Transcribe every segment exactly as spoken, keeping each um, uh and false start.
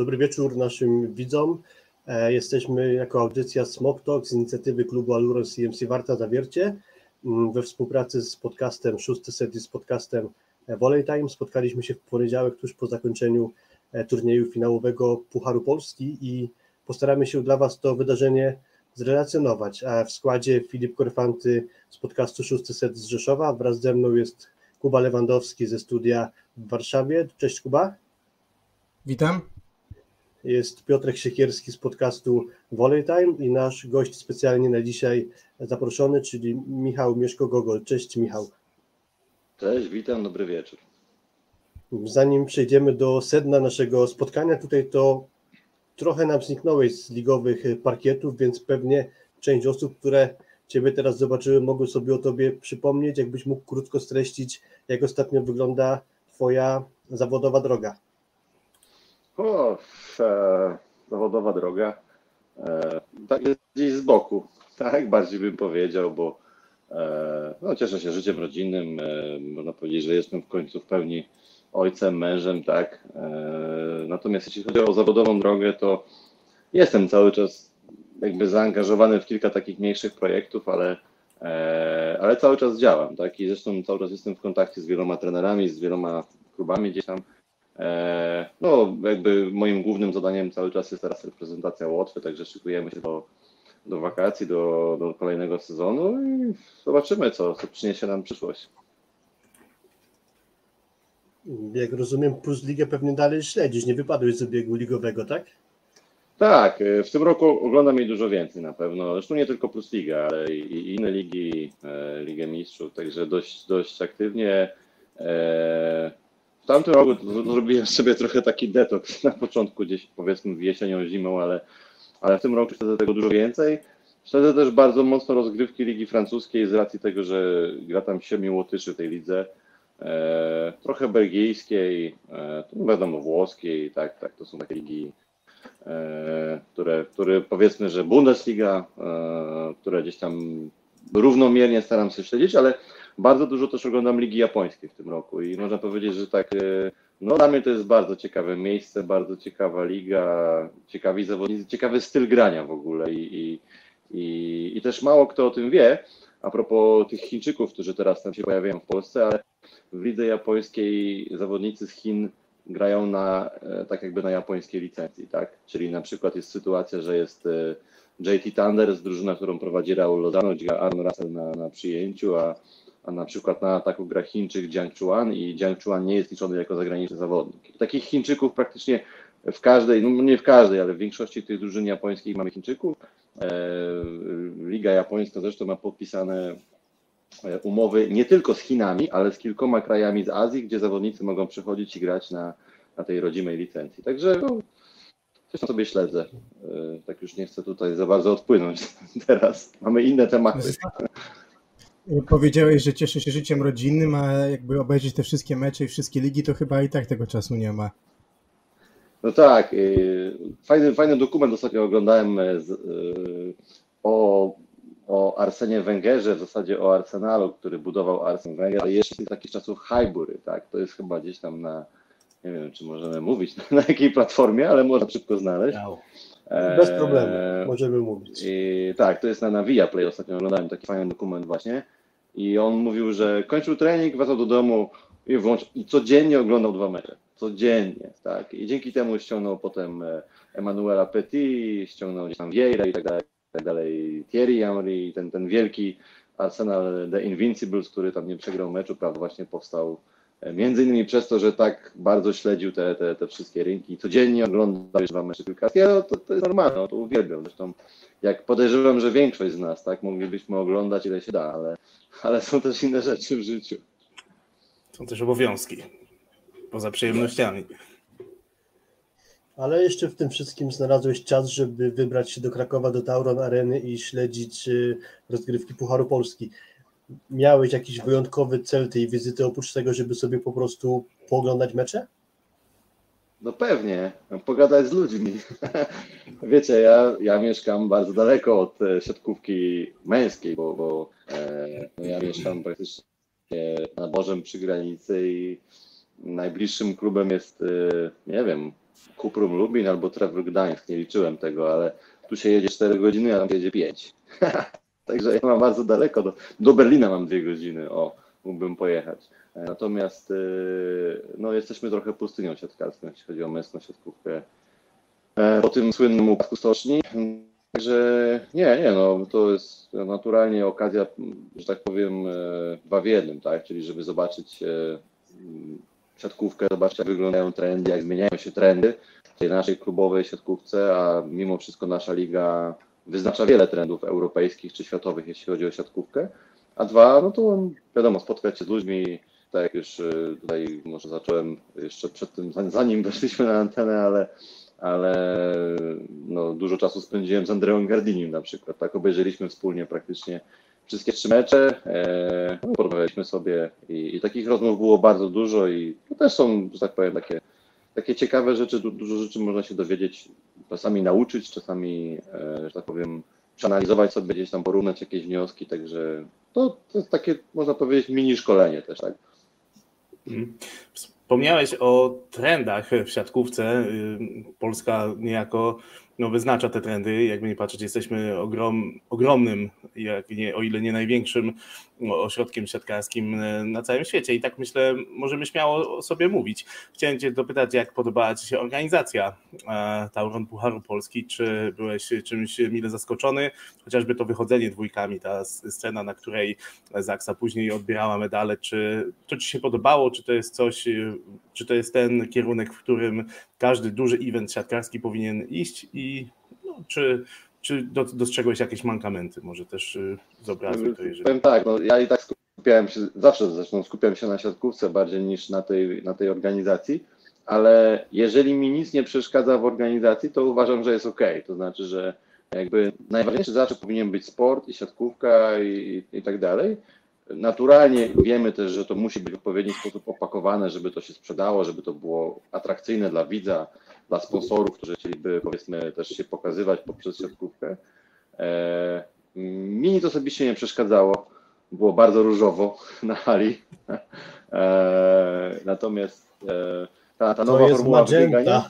Dobry wieczór naszym widzom. Jesteśmy jako audycja Smok Talk z inicjatywy klubu Aluron C M C Warta Zawiercie we współpracy z podcastem Szósty Set i z podcastem Volley Time. Spotkaliśmy się w poniedziałek tuż po zakończeniu turnieju finałowego Pucharu Polski i postaramy się dla Was to wydarzenie zrelacjonować. A w składzie Filip Korfanty z podcastu Szósty Set z Rzeszowa. Wraz ze mną jest Kuba Lewandowski ze studia w Warszawie. Cześć Kuba. Witam. Jest Piotrek Siekierski z podcastu Volley Time i nasz gość specjalnie na dzisiaj zaproszony, czyli Michał Mieszko-Gogol. Cześć Michał. Cześć, witam, dobry wieczór. Zanim przejdziemy do sedna naszego spotkania, tutaj to trochę nam zniknąłeś z ligowych parkietów, więc pewnie część osób, które Ciebie teraz zobaczyły, mogą sobie o Tobie przypomnieć, jakbyś mógł krótko streścić, jak ostatnio wygląda Twoja zawodowa droga. O, e, zawodowa droga, e, tak gdzieś z boku, tak bardziej bym powiedział, bo e, no, cieszę się życiem rodzinnym, e, można powiedzieć, że jestem w końcu w pełni ojcem, mężem, tak, e, natomiast jeśli chodzi o zawodową drogę, to jestem cały czas jakby zaangażowany w kilka takich mniejszych projektów, ale, e, ale cały czas działam, tak, i zresztą cały czas jestem w kontakcie z wieloma trenerami, z wieloma klubami gdzieś tam. No, jakby moim głównym zadaniem cały czas jest teraz reprezentacja Łotwy, także szykujemy się do, do wakacji, do, do kolejnego sezonu i zobaczymy, co, co przyniesie nam przyszłość. Jak rozumiem, Plus Ligę pewnie dalej śledzisz, nie wypadłeś z obiegu ligowego, tak? Tak, w tym roku oglądam jej dużo więcej na pewno, zresztą nie tylko Plus Liga, ale i, i inne ligi, e, Ligę Mistrzów, także dość, dość aktywnie. E, W tamtym roku zrobiłem sobie trochę taki detoks na początku, gdzieś powiedzmy jesienią, zimą, ale, ale w tym roku śledzę tego dużo więcej. Śledzę też bardzo mocno rozgrywki Ligi Francuskiej z racji tego, że gra tam siedmiu Łotyszy w tej lidze. E, trochę belgijskiej, e, no wiadomo włoskiej, tak, tak, to są takie ligi, e, które, które powiedzmy, że Bundesliga, e, które gdzieś tam równomiernie staram się śledzić, ale bardzo dużo też oglądam Ligi Japońskiej w tym roku i można powiedzieć, że tak, no dla mnie to jest bardzo ciekawe miejsce, bardzo ciekawa liga, ciekawi zawodnicy, ciekawy styl grania w ogóle i, i, i, i też mało kto o tym wie, a propos tych Chińczyków, którzy teraz tam się pojawiają w Polsce, ale w lidze japońskiej zawodnicy z Chin grają na, tak jakby na japońskiej licencji, tak, czyli na przykład jest sytuacja, że jest J T Thunder, z drużyna, którą prowadzi Raul Lozano, gdzie gra Aaron Russell na, na przyjęciu, a a na przykład na ataku gra Chińczyk Jiang Chuan i Jiang Chuan nie jest liczony jako zagraniczny zawodnik. Takich Chińczyków praktycznie w każdej, no nie w każdej, ale w większości tych drużyn japońskich mamy Chińczyków. Liga Japońska zresztą ma podpisane umowy nie tylko z Chinami, ale z kilkoma krajami z Azji, gdzie zawodnicy mogą przychodzić i grać na, na tej rodzimej licencji. Także no, coś tam sobie śledzę. Tak już nie chcę tutaj za bardzo odpłynąć teraz. Mamy inne tematy. Powiedziałeś, że cieszę się życiem rodzinnym, a jakby obejrzeć te wszystkie mecze i wszystkie ligi, to chyba i tak tego czasu nie ma. No tak, fajny, fajny dokument ostatnio oglądałem z, o, o Arsenie Wengerze, w zasadzie o Arsenalu, który budował Arsen Wenger, ale jeszcze z takich czasów Highbury, tak, to jest chyba gdzieś tam na, nie wiem czy możemy mówić na jakiej platformie, ale można szybko znaleźć. Bez problemu, możemy mówić. I, tak, to jest na, na Viaplay, ostatnio oglądałem taki fajny dokument właśnie i on mówił, że kończył trening, wracał do domu i, włącz, i codziennie oglądał dwa mecze, codziennie, tak, i dzięki temu ściągnął potem Emmanuela Petit, ściągnął gdzieś tam Vieira i tak dalej, tak dalej, Thierry Henry, ten, ten wielki Arsenal The Invincibles, który tam nie przegrał meczu, prawda, właśnie powstał między innymi przez to, że tak bardzo śledził te, te, te wszystkie rynki, codziennie oglądał dwa mecze piłkarskie, no to, to jest normalne, no to uwielbiam. Zresztą jak podejrzewam, że większość z nas, tak, moglibyśmy oglądać ile się da, ale, ale są też inne rzeczy w życiu. Są też obowiązki, poza przyjemnościami. Ale jeszcze w tym wszystkim znalazłeś czas, żeby wybrać się do Krakowa, do Tauron Areny i śledzić rozgrywki Pucharu Polski. Miałeś jakiś wyjątkowy cel tej wizyty, oprócz tego, żeby sobie po prostu pooglądać mecze? No pewnie, pogadać z ludźmi. Wiecie, ja, ja mieszkam bardzo daleko od siatkówki męskiej, bo, bo e, ja mieszkam praktycznie na Bożem przy granicy i najbliższym klubem jest, nie wiem, Kuprum Lubin albo Trevor Gdańsk, nie liczyłem tego, ale tu się jedzie cztery godziny, a tam jedzie pięć. Także ja mam bardzo daleko, do, do Berlina mam dwie godziny, o, mógłbym pojechać. Natomiast no, jesteśmy trochę pustynią siatkarską, jeśli chodzi o męską siatkówkę po tym słynnym upadku stoczni. Także nie, nie, no to jest naturalnie okazja, że tak powiem, dwa w jednym, tak? Czyli żeby zobaczyć siatkówkę, zobaczyć jak wyglądają trendy, jak zmieniają się trendy w tej naszej klubowej siatkówce, a mimo wszystko nasza liga wyznacza wiele trendów europejskich czy światowych, jeśli chodzi o siatkówkę. A dwa, no to wiadomo, spotkać się z ludźmi, tak jak już tutaj może zacząłem jeszcze przed tym, zanim weszliśmy na antenę, ale ale no, dużo czasu spędziłem z Andreą Gardinim na przykład, tak, obejrzeliśmy wspólnie praktycznie wszystkie trzy mecze, e, no, porozmawialiśmy sobie i, i takich rozmów było bardzo dużo i to też są, że tak powiem, takie, takie ciekawe rzeczy, du, dużo rzeczy można się dowiedzieć, czasami nauczyć, czasami, e, że tak powiem, przeanalizować sobie, gdzieś tam porównać jakieś wnioski, także to, to jest takie, można powiedzieć, mini szkolenie też, tak. Hmm. Wspomniałeś o trendach w siatkówce. Polska niejako no, wyznacza te trendy. Jakby nie patrzeć, jesteśmy ogrom, ogromnym, jak nie, o ile nie największym ośrodkiem siatkarskim na całym świecie. I tak myślę, możemy śmiało o sobie mówić. Chciałem Cię dopytać, jak podobała Ci się organizacja Tauron Pucharu Polski? Czy byłeś czymś mile zaskoczony? Chociażby to wychodzenie dwójkami, ta scena, na której Zaksa później odbierała medale. Czy to Ci się podobało? Czy to jest coś, czy to jest ten kierunek, w którym każdy duży event siatkarski powinien iść? I no, czy, czy dostrzegłeś jakieś mankamenty? Może też zobrazuj to, jeżeli... Powiem tak, no, ja i tak skupiałem się, zawsze zresztą skupiałem się na siatkówce bardziej niż na tej, na tej organizacji, ale jeżeli mi nic nie przeszkadza w organizacji, to uważam, że jest ok. To znaczy, że jakby najważniejszy zawsze powinien być sport i siatkówka i, i tak dalej. Naturalnie wiemy też, że to musi być w odpowiedni sposób opakowane, żeby to się sprzedało, żeby to było atrakcyjne dla widza, dla sponsorów, którzy chcieliby, powiedzmy, też się pokazywać poprzez siatkówkę. E, mi nic osobiście nie przeszkadzało. Było bardzo różowo na hali. E, natomiast e, ta, ta nowa formuła wybiegania...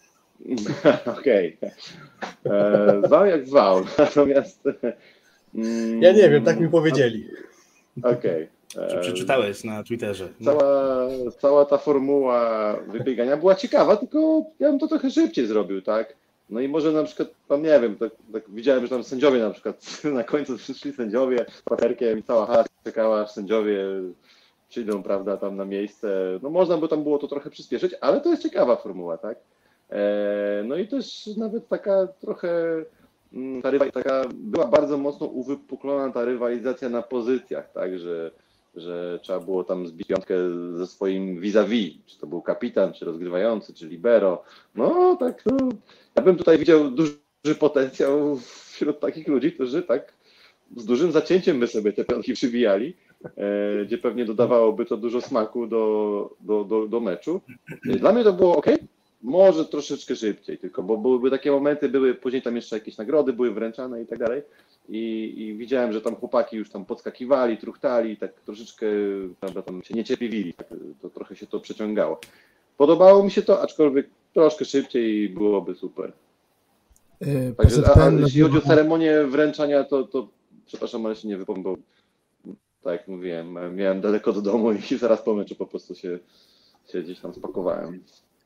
Okej. Okay. Zwał jak zwał. Natomiast... Mm, ja nie wiem, tak mi powiedzieli. Okej. Okay. Czy przeczytałeś na Twitterze? Cała, cała ta formuła wybiegania była ciekawa, tylko ja bym to trochę szybciej zrobił, tak? No i może na przykład, tam nie wiem, tak, tak widziałem, że tam sędziowie na przykład na końcu przyszli sędziowie z paterkiem i cała hala czekała, aż sędziowie przyjdą, prawda, tam na miejsce. No można by tam było to trochę przyspieszyć, ale to jest ciekawa formuła, tak? E, no i też nawet taka trochę ta rywa, taka była bardzo mocno uwypuklona ta rywalizacja na pozycjach, tak, że, że trzeba było tam zbić piątkę ze swoim vis-a-vis, czy to był kapitan, czy rozgrywający, czy libero. No tak, no, ja bym tutaj widział duży potencjał wśród takich ludzi, którzy tak z dużym zacięciem by sobie te piątki przybijali, e, gdzie pewnie dodawałoby to dużo smaku do, do, do, do meczu. Dla mnie to było ok. Może troszeczkę szybciej tylko, bo byłyby takie momenty, były później tam jeszcze jakieś nagrody, były wręczane i tak dalej. I, i widziałem, że tam chłopaki już tam podskakiwali, truchtali, tak troszeczkę, prawda, tam się niecierpliwili, tak, to trochę się to przeciągało. Podobało mi się to, aczkolwiek troszkę szybciej byłoby super. Yy, Także, a, a jeśli chodzi o ceremonię wręczania, to, to przepraszam, ale się nie wypowiem, bo tak jak mówiłem, miałem daleko do domu i zaraz po meczu po prostu się, się gdzieś tam spakowałem.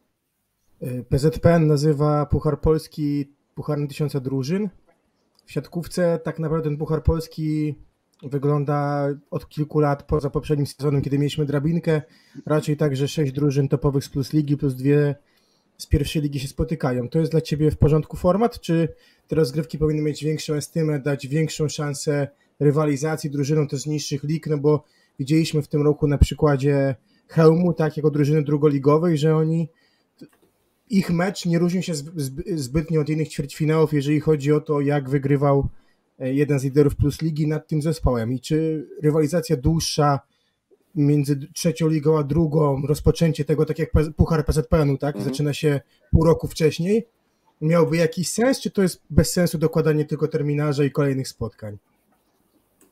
P Z P N nazywa Puchar Polski Pucharem Tysiąca Drużyn. W siatkówce tak naprawdę ten Puchar Polski wygląda od kilku lat, poza poprzednim sezonem, kiedy mieliśmy drabinkę, raczej tak, że sześć drużyn topowych z Plus Ligi plus dwie z pierwszej ligi się spotykają. To jest dla Ciebie w porządku format, czy te rozgrywki powinny mieć większą estymę, dać większą szansę rywalizacji drużynom też z niższych lig, no bo widzieliśmy w tym roku na przykładzie Chełmu, tak, jako drużyny drugoligowej, że oni ich mecz nie różni się zbytnio od innych ćwierćfinałów, jeżeli chodzi o to, jak wygrywał jeden z liderów Plus Ligi nad tym zespołem. I czy rywalizacja dłuższa między trzecią ligą a drugą, rozpoczęcie tego, tak jak Puchar P Z P N u, tak, mhm. zaczyna się pół roku wcześniej, miałby jakiś sens, czy to jest bez sensu dokładanie tylko terminarza i kolejnych spotkań?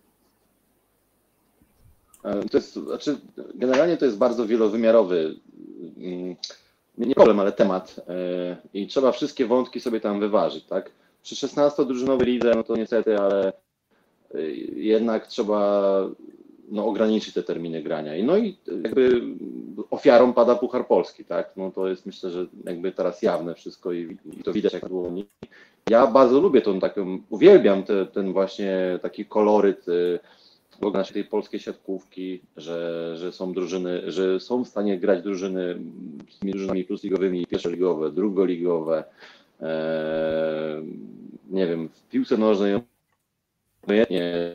To jest, znaczy, generalnie to jest bardzo wielowymiarowy nie problem, ale temat i trzeba wszystkie wątki sobie tam wyważyć, tak? Przy szesnastodrużynowej lidze, no to niestety, ale jednak trzeba no, ograniczyć te terminy grania. I no i jakby ofiarą pada Puchar Polski, tak? No to jest myślę, że jakby teraz jawne wszystko i, i to widać jak na dłoni. Ja bardzo lubię tą taką, uwielbiam te, ten właśnie taki koloryt w ogóle naszej tej polskiej siatkówki, że, że są drużyny, że są w stanie grać drużyny z tymi drużynami plusligowymi, pierwszoligowe, drugoligowe. Eee, nie wiem, w piłce nożnej obojętnie,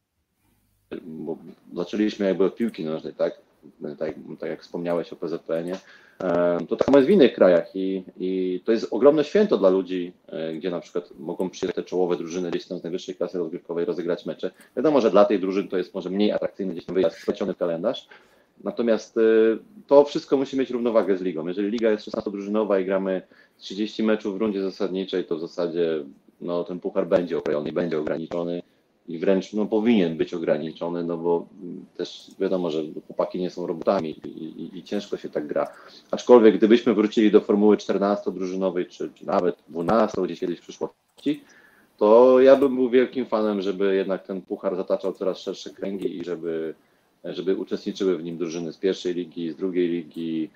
bo zaczęliśmy jakby od piłki nożnej, tak? Tak, tak jak wspomniałeś o P Z P N-ie, to tak samo jest w innych krajach i, i to jest ogromne święto dla ludzi, gdzie na przykład mogą przyjechać te czołowe drużyny gdzieś tam z najwyższej klasy rozgrywkowej rozegrać mecze. Wiadomo, że dla tej drużyny to jest może mniej atrakcyjny gdzieś tam wyjazd wpleciony w kalendarz, natomiast to wszystko musi mieć równowagę z ligą. Jeżeli liga jest szesnastodrużynowa i gramy trzydzieści meczów w rundzie zasadniczej, to w zasadzie no, ten puchar będzie okrojony, będzie ograniczony. I wręcz no, powinien być ograniczony, no bo też wiadomo, że chłopaki nie są robotami i, i, i ciężko się tak gra. Aczkolwiek gdybyśmy wrócili do formuły czternastodrużynowej, czy, czy nawet dwunasto gdzieś kiedyś w przyszłości, to ja bym był wielkim fanem, żeby jednak ten puchar zataczał coraz szersze kręgi i żeby, żeby uczestniczyły w nim drużyny z pierwszej ligi, z drugiej ligi,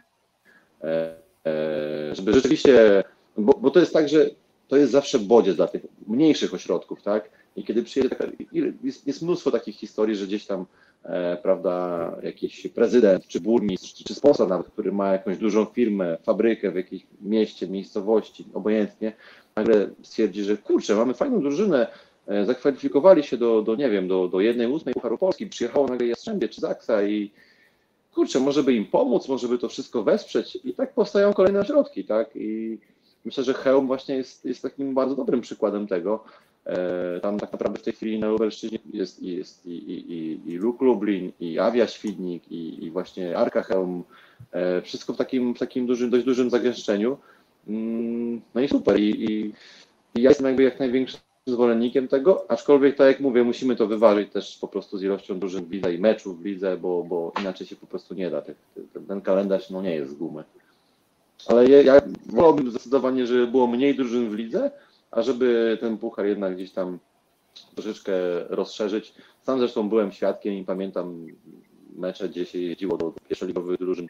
e, e, żeby rzeczywiście, bo, bo to jest tak, że to jest zawsze bodziec dla tych mniejszych ośrodków, tak? I kiedy przyjedzie taka, jest, jest mnóstwo takich historii, że gdzieś tam, e, prawda, jakiś prezydent, czy burmistrz, czy, czy sponsor nawet, który ma jakąś dużą firmę, fabrykę w jakimś mieście, miejscowości, obojętnie, nagle stwierdzi, że kurczę, mamy fajną drużynę, e, zakwalifikowali się do, do, nie wiem, do, do jednej ósmej Pucharu Polski, przyjechało nagle Jastrzębie czy Zaksa i kurczę, może by im pomóc, może by to wszystko wesprzeć i tak powstają kolejne ośrodki, tak? I myślę, że Chełm właśnie jest, jest takim bardzo dobrym przykładem tego. Tam tak naprawdę w tej chwili na Lubelszczyźnie jest, jest i, i, i, i Luk Lublin, i Avia Świdnik, i, i właśnie Arka Chełm. Wszystko w takim, w takim dużym, dość dużym zagęszczeniu. No i super. I, i, i ja jestem jakby jak największym zwolennikiem tego, aczkolwiek tak jak mówię, musimy to wyważyć też po prostu z ilością drużyn w lidze i meczów w lidze, bo, bo inaczej się po prostu nie da. Ten, ten kalendarz no, nie jest z gumy. Ale ja wolałbym zdecydowanie, żeby było mniej drużyn w lidze, a żeby ten puchar jednak gdzieś tam troszeczkę rozszerzyć. Sam zresztą byłem świadkiem i pamiętam mecze, gdzie się jeździło do pierwszoligowych drużyn,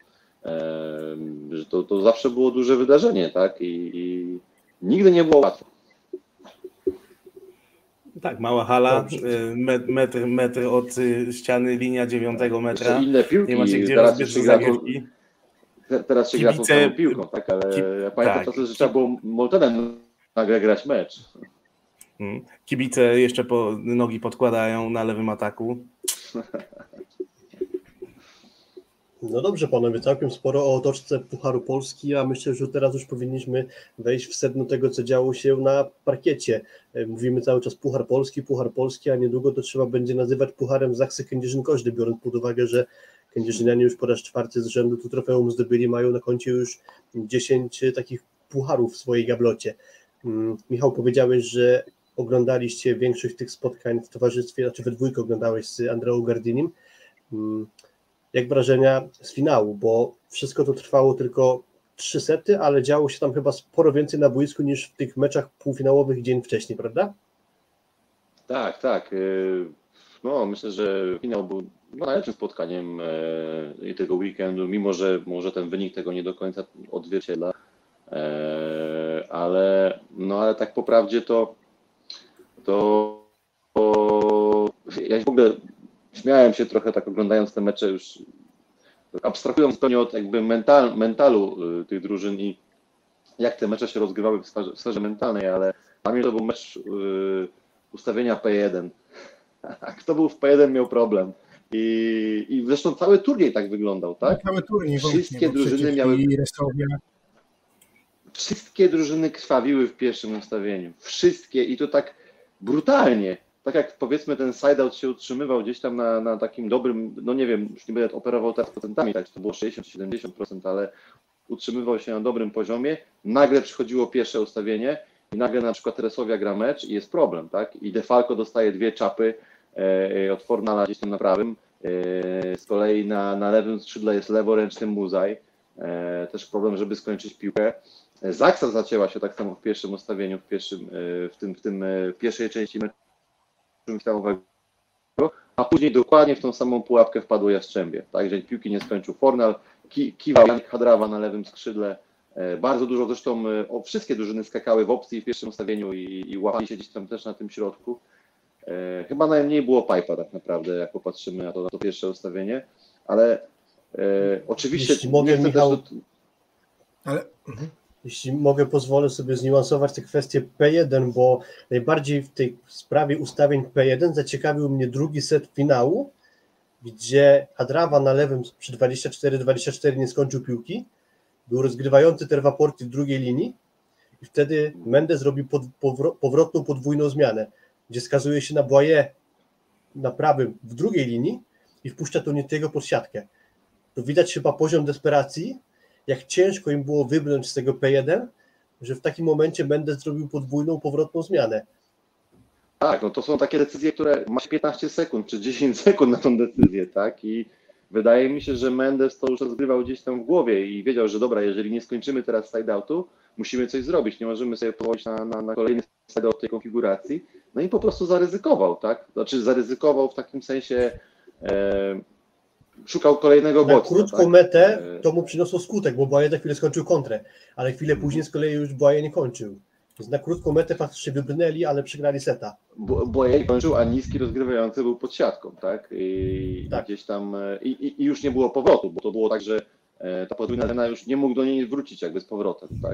że to, to zawsze było duże wydarzenie, tak? I, i nigdy nie było łatwo. Tak, mała hala, metr, metr od ściany, linia dziewiątego metra. Jeszcze inne piłki, nie ma się gdzie teraz rozbierz się do gra zagrywki. Teraz się gra tą samą piłką, tak? Ale ja pamiętam tak. czasy, że trzeba było Moltenem nagle grać mecz. Kibice jeszcze po nogi podkładają na lewym ataku. No dobrze panowie, całkiem sporo o otoczce Pucharu Polski, a myślę, że teraz już powinniśmy wejść w sedno tego, co działo się na parkiecie. Mówimy cały czas Puchar Polski, Puchar Polski, a niedługo to trzeba będzie nazywać Pucharem Zachsy Kędzierzyn-Koźle, biorąc pod uwagę, że Kędzierzynianie już po raz czwarty z rzędu tu trofeum zdobyli, mają na koncie już dziesięć takich pucharów w swojej gablocie. Michał, powiedziałeś, że oglądaliście większość tych spotkań w towarzystwie, znaczy we dwójkę oglądałeś z Andreą Gardinim. Jak wrażenia z finału, bo wszystko to trwało tylko trzy sety, ale działo się tam chyba sporo więcej na boisku niż w tych meczach półfinałowych dzień wcześniej, prawda? Tak, tak. No, myślę, że finał był najlepszym spotkaniem tego weekendu, mimo że może ten wynik tego nie do końca odzwierciedla, ale, no, ale tak po prawdzie to, to, to ja w ogóle śmiałem się trochę tak oglądając te mecze już, abstrahując zupełnie od jakby mental, mentalu tych drużyn i jak te mecze się rozgrywały w sferze, w sferze mentalnej, ale dla mnie to był mecz yy, ustawienia P jeden. A kto był w P jeden miał problem. I, i zresztą cały turniej tak wyglądał, tak? No, cały turniej Wszystkie właśnie, drużyny miały... Resztowia. Wszystkie drużyny krwawiły w pierwszym ustawieniu. Wszystkie i to tak brutalnie. Tak jak powiedzmy ten side-out się utrzymywał gdzieś tam na, na takim dobrym, no nie wiem, już nie będę operował teraz procentami, tak, to było sześćdziesiąt do siedemdziesięciu procent, ale utrzymywał się na dobrym poziomie. Nagle przychodziło pierwsze ustawienie i nagle na przykład Resowia gra mecz i jest problem, tak? I Defalco dostaje dwie czapy e, od Fornala gdzieś tam na prawym. E, z kolei na, na lewym skrzydle jest leworęczny Muzaj. też problem, żeby skończyć piłkę. Zaksa zacięła się tak samo w pierwszym ustawieniu, w, pierwszym, w, tym, w tym pierwszej części meczu finałowego, a później dokładnie w tą samą pułapkę wpadło Jastrzębie. Także piłki nie skończył Fornal, ki, kiwał Janik Hadrawa na lewym skrzydle. Bardzo dużo zresztą, o, wszystkie drużyny skakały w opcji w pierwszym ustawieniu i, i łapali się gdzieś tam też na tym środku. E, chyba najmniej było Pipe'a tak naprawdę, jak popatrzymy na to, na to pierwsze ustawienie, ale e, oczywiście... Jeśli mogę, Michał, też... ale... mhm. Jeśli mogę, pozwolę sobie zniuansować tę kwestię P jeden, bo najbardziej w tej sprawie ustawień P jeden zaciekawił mnie drugi set finału, gdzie Hadrawa na lewym przy dwadzieścia cztery dwadzieścia cztery nie skończył piłki, był rozgrywający Terwaporti w drugiej linii i wtedy Mendes robi pod, powrotną podwójną zmianę, gdzie skazuje się na Boye na prawym w drugiej linii i wpuszcza Tonietiego pod siatkę. To widać chyba poziom desperacji, jak ciężko im było wybrnąć z tego P jeden, że w takim momencie Mendes zrobił podwójną powrotną zmianę. Tak, no to są takie decyzje, które masz piętnaście sekund czy dziesięć sekund na tą decyzję, tak? I wydaje mi się, że Mendes to już rozgrywał gdzieś tam w głowie i wiedział, że dobra, jeżeli nie skończymy teraz side-outu, musimy coś zrobić, nie możemy sobie pozwolić na, na, na kolejny side-out tej konfiguracji. No i po prostu zaryzykował, tak? Znaczy zaryzykował w takim sensie, e, szukał kolejnego na bodźca. Na krótką tak? metę to mu przyniosło skutek, bo Boye za chwilę skończył kontrę, ale chwilę później z kolei już Boye nie kończył. Więc na krótką metę faktycznie wybrnęli, ale przegrali seta. Boye kończył, a niski rozgrywający był pod siatką, tak? I, tak. I gdzieś tam i, i już nie było powrotu, bo to było tak, że ta podwójna zmiana już nie mógł do niej wrócić jakby z powrotem, tak?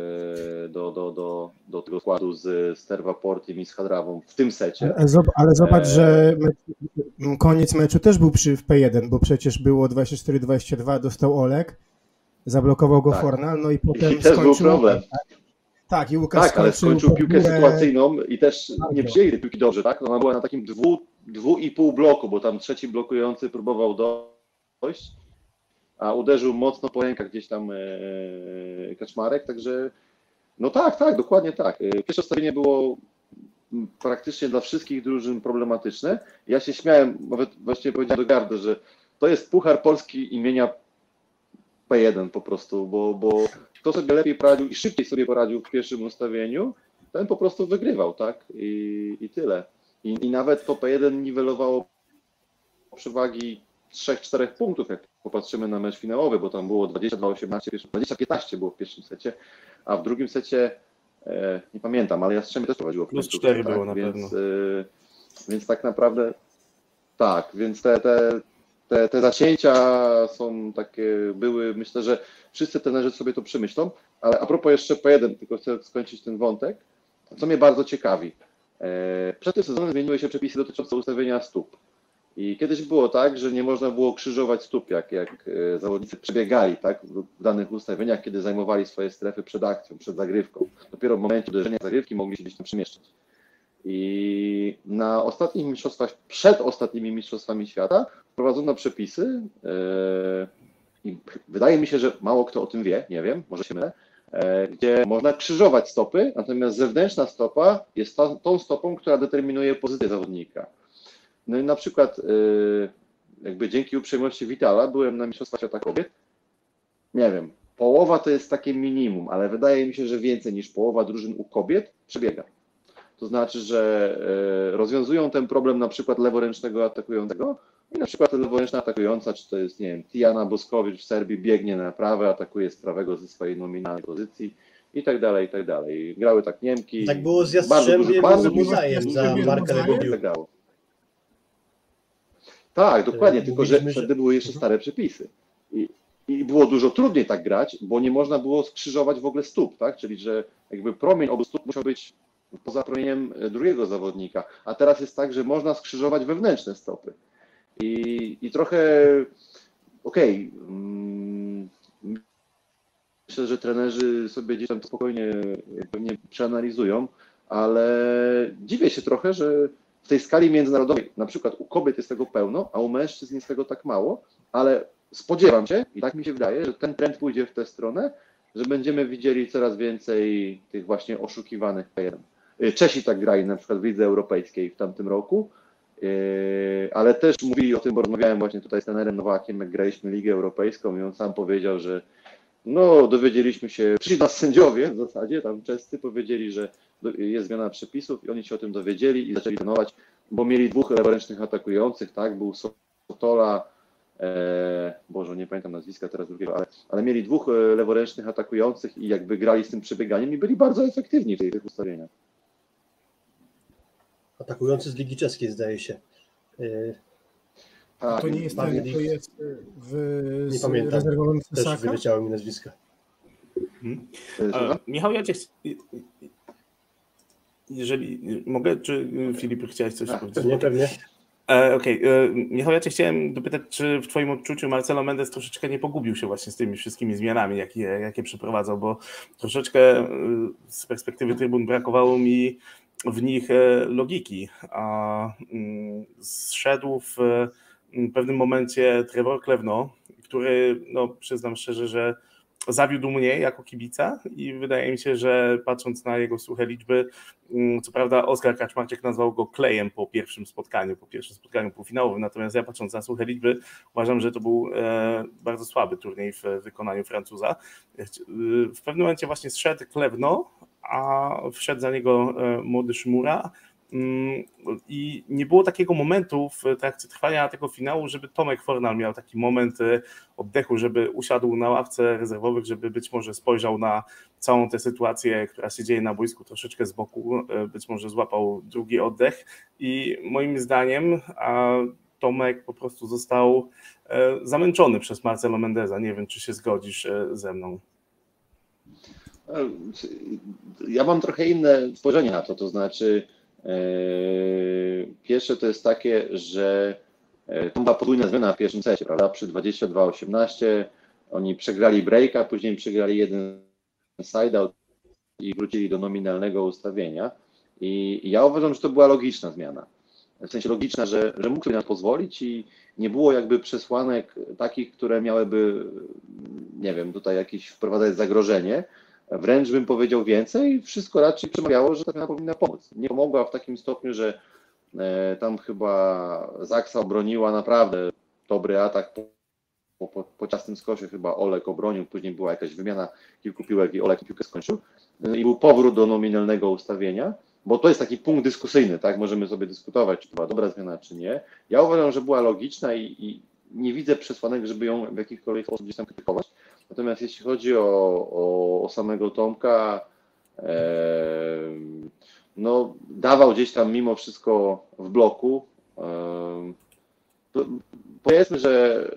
Do, do, do, do tego składu z, z Terwaportim i z Hadrawą w tym secie. Ale zobacz, że mecz, koniec meczu też był przy w P jeden, bo przecież było dwadzieścia cztery dwadzieścia dwa, dostał Olek, zablokował go tak. Fornal, no i potem I też skończył, był problem. Tak? Tak, i Łukasz tak, ale skończył piłkę górę... sytuacyjną i też nie przyjęli tej piłki dobrze, tak? Ona była na takim dwu, dwu i pół bloku, bo tam trzeci blokujący próbował dojść, a uderzył mocno po rękach gdzieś tam e, Kaczmarek, także no tak, tak, dokładnie tak. Pierwsze ustawienie było praktycznie dla wszystkich drużyn problematyczne. Ja się śmiałem, nawet właściwie powiedziałem do Gardy, że to jest Puchar Polski imienia P jeden po prostu, bo, bo kto sobie lepiej poradził i szybciej sobie poradził w pierwszym ustawieniu, ten po prostu wygrywał, tak? I, i tyle. I, I nawet to P jeden niwelowało przewagi trzy cztery punktów, jak popatrzymy na mecz finałowy, bo tam było dwadzieścia dwa osiemnaście, dwadzieścia piętnaście było w pierwszym secie, a w drugim secie e, nie pamiętam, ale Jastrzębie też prowadziło w plus cztery tak? było na więc, pewno. e, więc tak naprawdę tak, więc te, te Te, te zacięcia są takie, były, myślę, że wszyscy trenerzy sobie to przemyślą, ale a propos jeszcze P jeden, tylko chcę skończyć ten wątek, co mnie bardzo ciekawi. Przed tym sezonem zmieniły się przepisy dotyczące ustawienia stóp. I kiedyś było tak, że nie można było krzyżować stóp, jak, jak zawodnicy przebiegali tak, w danych ustawieniach, kiedy zajmowali swoje strefy przed akcją, przed zagrywką. Dopiero w momencie uderzenia zagrywki mogli się gdzieś tam przemieszczać. I na ostatnich mistrzostwach, przed ostatnimi mistrzostwami świata wprowadzono przepisy yy, i wydaje mi się, że mało kto o tym wie, nie wiem, może się mylę, yy, gdzie można krzyżować stopy, natomiast zewnętrzna stopa jest ta, tą stopą, która determinuje pozycję zawodnika. No i na przykład yy, jakby dzięki uprzejmości Vitala byłem na mistrzostwach świata kobiet, nie wiem, połowa to jest takie minimum, ale wydaje mi się, że więcej niż połowa drużyn u kobiet przebiega. To znaczy, że rozwiązują ten problem na przykład leworęcznego atakującego i na przykład leworęczna atakująca, czy to jest, nie wiem, Tijana Boskowicz w Serbii biegnie na prawe, atakuje z prawego ze swojej nominalnej pozycji i tak dalej, i tak dalej. Grały tak Niemki. Tak było z Jastrzębiem bardzo z Muzajem za Marka Legobiu. Tak, dokładnie, tylko że wtedy były jeszcze stare przepisy. I, I było dużo trudniej tak grać, bo nie można było skrzyżować w ogóle stóp, tak? Czyli że jakby promień obu stóp musiał być poza promieniem drugiego zawodnika, a teraz jest tak, że można skrzyżować wewnętrzne stopy. I, i trochę, okej, okay, mm, myślę, że trenerzy sobie gdzieś tam spokojnie pewnie przeanalizują, ale dziwię się trochę, że w tej skali międzynarodowej, na przykład u kobiet jest tego pełno, a u mężczyzn jest tego tak mało, ale spodziewam się, i tak mi się wydaje, że ten trend pójdzie w tę stronę, że będziemy widzieli coraz więcej tych właśnie oszukiwanych P jeden. Czesi tak grali na przykład w Lidze Europejskiej w tamtym roku ale też mówili o tym, bo rozmawiałem właśnie tutaj z trenerem Nowakiem, jak graliśmy Ligę Europejską i on sam powiedział, że no dowiedzieliśmy się, przyszli nas sędziowie w zasadzie, tam czescy powiedzieli, że jest zmiana przepisów i oni się o tym dowiedzieli i zaczęli trenować, bo mieli dwóch leworęcznych atakujących, tak, był Sotola, e, Boże, nie pamiętam nazwiska teraz drugiego, ale, ale mieli dwóch leworęcznych atakujących i jakby grali z tym przebieganiem i byli bardzo efektywni w tych ustawieniach. Atakujący z Ligi Czeskiej, zdaje się. A, to nie jest ten, to jest w nie pamiętam, rezerwowym też Saka? wyleciały mi nazwiska. Hmm. A, Michał, ja cię chcę... Jeżeli mogę, czy Filip chciałeś coś A, powiedzieć? Pewnie, pewnie. E, Okej, okay. Michał, ja cię chciałem dopytać, czy w twoim odczuciu Marcelo Mendes troszeczkę nie pogubił się właśnie z tymi wszystkimi zmianami, jakie, jakie przeprowadzał, bo troszeczkę z perspektywy trybun brakowało mi w nich logiki, a zszedł w pewnym momencie Trevor Clevno, który, no przyznam szczerze, że zawiódł mnie jako kibica i wydaje mi się, że patrząc na jego suche liczby, co prawda Oskar Kaczmarczyk nazwał go klejem po pierwszym spotkaniu, po pierwszym spotkaniu półfinałowym, natomiast ja patrząc na suche liczby uważam, że to był bardzo słaby turniej w wykonaniu Francuza. W pewnym momencie właśnie zszedł Clevno, a wszedł za niego młody Szmura i nie było takiego momentu w trakcie trwania tego finału, żeby Tomek Fornal miał taki moment oddechu, żeby usiadł na ławce rezerwowych, żeby być może spojrzał na całą tę sytuację, która się dzieje na boisku troszeczkę z boku, być może złapał drugi oddech i moim zdaniem Tomek po prostu został zamęczony przez Marcelo Mendeza. Nie wiem, czy się zgodzisz ze mną. Ja mam trochę inne spojrzenie na to, to znaczy pierwsze to jest takie, że to była podwójna zmiana w pierwszym secie, prawda? Przy dwadzieścia dwa osiemnaście oni przegrali breaka, później przegrali jeden side-out i wrócili do nominalnego ustawienia. I ja uważam, że to była logiczna zmiana. W sensie logiczna, że, że mógł sobie na to pozwolić i nie było jakby przesłanek takich, które miałyby, nie wiem, tutaj jakieś wprowadzać zagrożenie. Wręcz bym powiedział więcej, wszystko raczej przemawiało, że ta zmiana powinna pomóc. Nie pomogła w takim stopniu, że e, tam chyba Zaksa obroniła naprawdę dobry atak po, po, po ciasnym skosie, chyba Olek obronił, później była jakaś wymiana kilku piłek i Olek piłkę skończył i był powrót do nominalnego ustawienia, bo to jest taki punkt dyskusyjny, tak? Możemy sobie dyskutować, czy była dobra zmiana, czy nie. Ja uważam, że była logiczna i, i nie widzę przesłanek, żeby ją w jakikolwiek sposób gdzieś tam krytykować. Natomiast jeśli chodzi o, o, o samego Tomka, e, no dawał gdzieś tam mimo wszystko w bloku. E, to powiedzmy, że,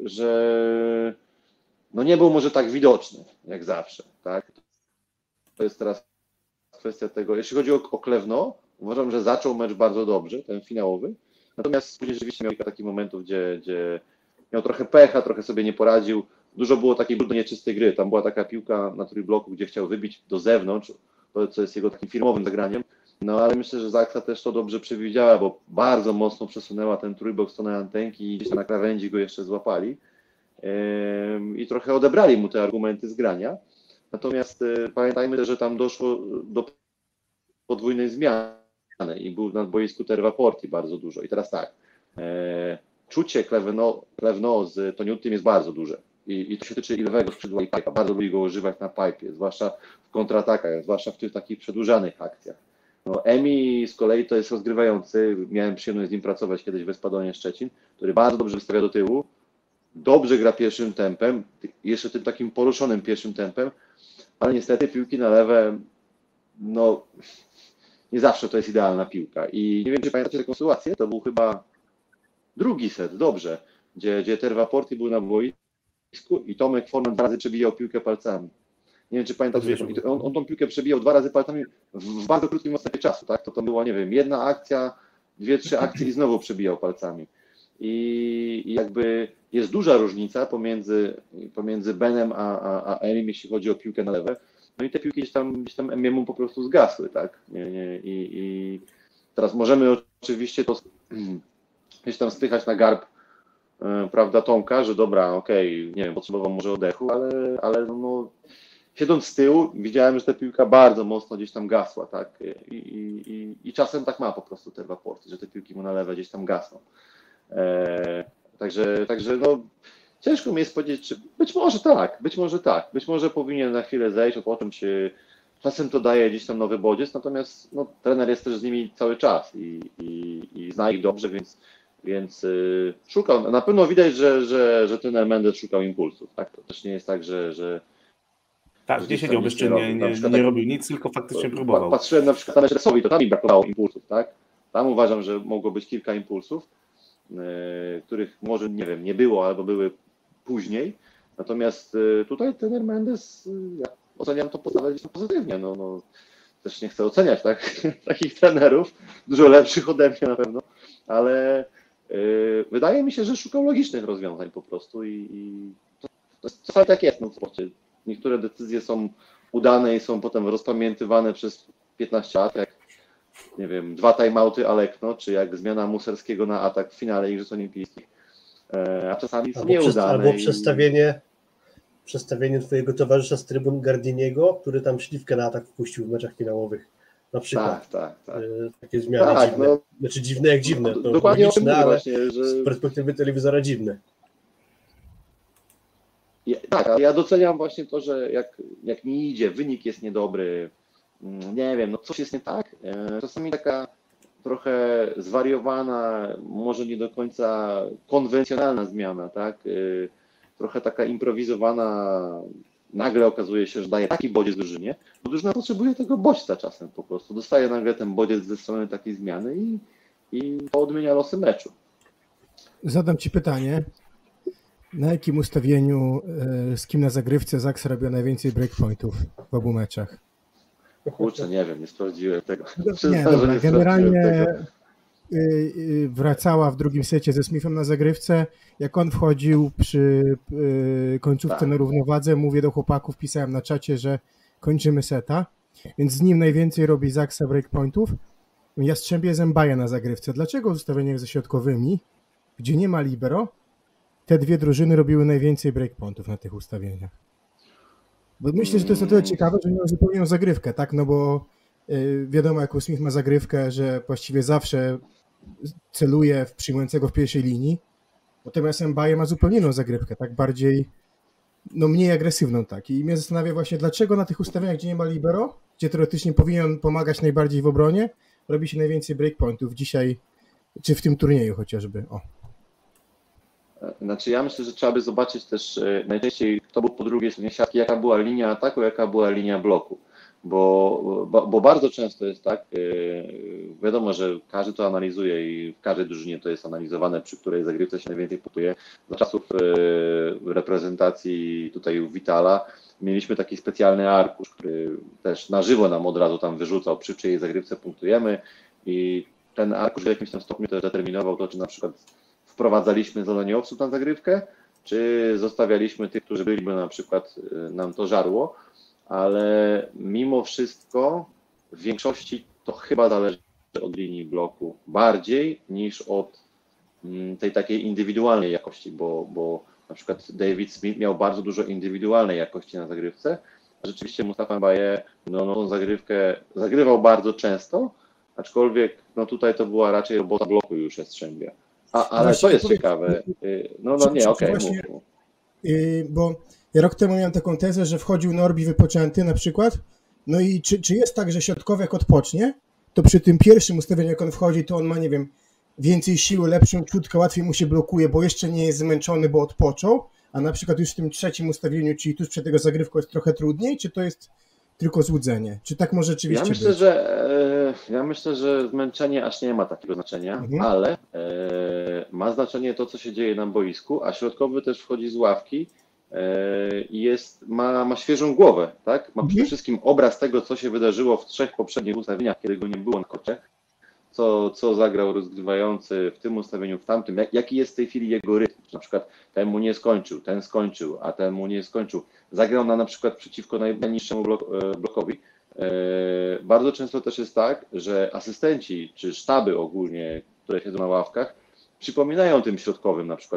że no nie był może tak widoczny jak zawsze, tak? To jest teraz kwestia tego. Jeśli chodzi o, o Clevno, uważam, że zaczął mecz bardzo dobrze, ten finałowy. Natomiast później rzeczywiście miał kilka takich momentów, gdzie, gdzie miał trochę pecha, trochę sobie nie poradził. Dużo było takiej brudno nieczystej gry. Tam była taka piłka na trójbloku, gdzie chciał wybić do zewnątrz, to co jest jego takim firmowym zagraniem. No ale myślę, że Zaksa też to dobrze przewidziała, bo bardzo mocno przesunęła ten trójblok w stronę antenki i gdzieś tam na krawędzi go jeszcze złapali. I trochę odebrali mu te argumenty z grania. Natomiast pamiętajmy też, że tam doszło do podwójnej zmiany i był na boisku Terva Porti bardzo dużo. I teraz tak, czucie Clevno, Clevno z Toniutim jest bardzo duże. I, I to się tyczy i lewego skrzydła i pipa. Bardzo lubi go używać na pipe, zwłaszcza w kontratakach, zwłaszcza w tych takich przedłużanych akcjach. No, Emi z kolei to jest rozgrywający. Miałem przyjemność z nim pracować kiedyś w Espadonie Szczecin, który bardzo dobrze wystawia do tyłu. Dobrze gra pierwszym tempem, jeszcze tym takim poruszonym pierwszym tempem, ale niestety piłki na lewe, no nie zawsze to jest idealna piłka. I nie wiem, czy pamiętacie taką sytuację, to był chyba drugi set, dobrze, gdzie, gdzie Terva Porti był na boisku i Tomek Fornal dwa razy przebijał piłkę palcami. Nie wiem, czy pamiętacie, on, on tą piłkę przebijał dwa razy palcami w bardzo krótkim odstępie czasu, tak? To, to była, nie wiem, jedna akcja, dwie, trzy akcje i znowu przebijał palcami. I, i jakby jest duża różnica pomiędzy, pomiędzy Benem a, a, a Emim, jeśli chodzi o piłkę na lewe. No i te piłki gdzieś tam, gdzieś tam Emiemu po prostu zgasły, tak? Nie, nie, i, i teraz możemy oczywiście to gdzieś tam spychać na garb, prawda, Tomka, że dobra, okej, okay, nie wiem, potrzebował może oddechu, ale, ale no, siedząc z tyłu, widziałem, że ta piłka bardzo mocno gdzieś tam gasła, tak? I, i, i, i czasem tak ma po prostu te raporty, że te piłki mu na lewe gdzieś tam gasną. E, także, także no, ciężko mi jest powiedzieć, czy być może tak, być może tak, być może powinien na chwilę zejść, odpocząć. Czasem to daje gdzieś tam nowy bodziec, natomiast no, trener jest też z nimi cały czas i, i, i zna ich dobrze, więc, więc yy, szukał. Na pewno widać, że, że, że trener Mendes szukał impulsów. Tak? To też nie jest tak, że. że tak, nie siedział bezczynnie, nie, nie, nie robił nic, tylko faktycznie próbował. Patrzyłem na przykład na mecz Resowi, to tam mi brakowało impulsów, tak? Tam uważam, że mogło być kilka impulsów, yy, których może, nie wiem, nie było albo były później. Natomiast yy, tutaj trener Mendes, yy, ja oceniam to pozytywnie. No, no, też nie chcę oceniać tak, takich trenerów, dużo lepszych ode mnie na pewno, ale yy, wydaje mi się, że szukał logicznych rozwiązań po prostu i, i to, to czasami tak jest no, w sporcie. Niektóre decyzje są udane i są potem rozpamiętywane przez piętnaście lat, jak nie wiem, dwa timeouty Alekno, czy jak zmiana Muserskiego na atak w finale Igrzysk Olimpijskich, yy, a czasami są nieudane. Albo przestawienie Przestawienie twojego towarzysza z trybun Gardiniego, który tam szlifkę na atak wpuścił w meczach finałowych. Na przykład. Tak, tak, tak. Takie zmiany tak, dziwne. No, znaczy dziwne jak dziwne. To dokładnie logiczne, ale właśnie, że... z perspektywy telewizora dziwne. Ja, tak, ale ja doceniam właśnie to, że jak, jak mi idzie, wynik jest niedobry, nie wiem, no coś jest nie tak. Czasami taka trochę zwariowana, może nie do końca konwencjonalna zmiana, tak? Trochę taka improwizowana, nagle okazuje się, że daje taki bodziec drużynie, bo drużyna potrzebuje tego bodźca czasem po prostu. Dostaje nagle ten bodziec ze strony takiej zmiany i, i to odmienia losy meczu. Zadam Ci pytanie. Na jakim ustawieniu, z kim na zagrywce Zaksa robił najwięcej breakpointów w obu meczach? Kurczę, nie wiem, nie sprawdziłem tego. Nie, dobra, nie generalnie tego. Wracała w drugim secie ze Smithem na zagrywce. Jak on wchodził przy końcówce tak. na równowadze, mówię do chłopaków, pisałem na czacie, że kończymy seta, więc z nim najwięcej robi Zaksa breakpointów. Jastrzębie Zębaja na zagrywce. Dlaczego w ustawieniach ze środkowymi, gdzie nie ma libero, te dwie drużyny robiły najwięcej breakpointów na tych ustawieniach? Bo myślę, że to jest o tyle ciekawe, że miał zupełnie zagrywkę, tak? No bo yy, wiadomo, jak Smith ma zagrywkę, że właściwie zawsze celuje w przyjmującego w pierwszej linii, natomiast Mbaye ma zupełnie inną zagrywkę, tak? Bardziej, no mniej agresywną, tak? I mnie zastanawia właśnie, dlaczego na tych ustawieniach, gdzie nie ma libero, gdzie teoretycznie powinien pomagać najbardziej w obronie, robi się najwięcej breakpointów dzisiaj, czy w tym turnieju chociażby, o. Znaczy ja myślę, że trzeba by zobaczyć też najczęściej, kto był po drugiej stronie siatki, jaka była linia ataku, jaka była linia bloku, bo, bo, bo bardzo często jest tak, wiadomo, że każdy to analizuje i w każdej drużynie to jest analizowane, przy której zagrywce się najwięcej punktuje. Za czasów reprezentacji tutaj u Vitala mieliśmy taki specjalny arkusz, który też na żywo nam od razu tam wyrzucał, przy czyjej zagrywce punktujemy i ten arkusz w jakimś tam stopniu też determinował to, czy na przykład wprowadzaliśmy zadaniowców na zagrywkę, czy zostawialiśmy tych, którzy byli, bo na przykład nam to żarło, ale mimo wszystko w większości to chyba zależy od linii bloku bardziej niż od tej takiej indywidualnej jakości, bo, bo na przykład David Smith miał bardzo dużo indywidualnej jakości na zagrywce, a rzeczywiście Mustafa Mbaye no, no, zagrywkę zagrywał bardzo często, aczkolwiek no, tutaj to była raczej robota bloku już Jastrzębia. A, ale to jest ciekawe. No, no nie, okej. Okay, bo ja rok temu miałem taką tezę, że wchodził Norbi wypoczęty na przykład. No i czy, czy jest tak, że środkowy jak odpocznie, to przy tym pierwszym ustawieniu, jak on wchodzi, to on ma, nie wiem, więcej siły, lepszą czutkę, łatwiej mu się blokuje, bo jeszcze nie jest zmęczony, bo odpoczął, a na przykład już w tym trzecim ustawieniu, czyli tuż przed tego zagrywką jest trochę trudniej, czy to jest tylko złudzenie? Czy tak może rzeczywiście ja myślę, być? Że, ja myślę, że zmęczenie aż nie ma takiego znaczenia, mhm. ale ma znaczenie to, co się dzieje na boisku, a środkowy też wchodzi z ławki i jest, ma, ma świeżą głowę, tak? Ma mhm. przede wszystkim obraz tego, co się wydarzyło w trzech poprzednich ustawieniach, kiedy go nie było na kocie, co, co zagrał rozgrywający w tym ustawieniu, w tamtym, jak, jaki jest w tej chwili jego rytm, na przykład ten mu nie skończył, ten skończył, a ten mu nie skończył. Zagrał na na przykład przeciwko najniższemu blok, blokowi. Bardzo często też jest tak, że asystenci czy sztaby ogólnie, które siedzą na ławkach, przypominają tym środkowym na przykład,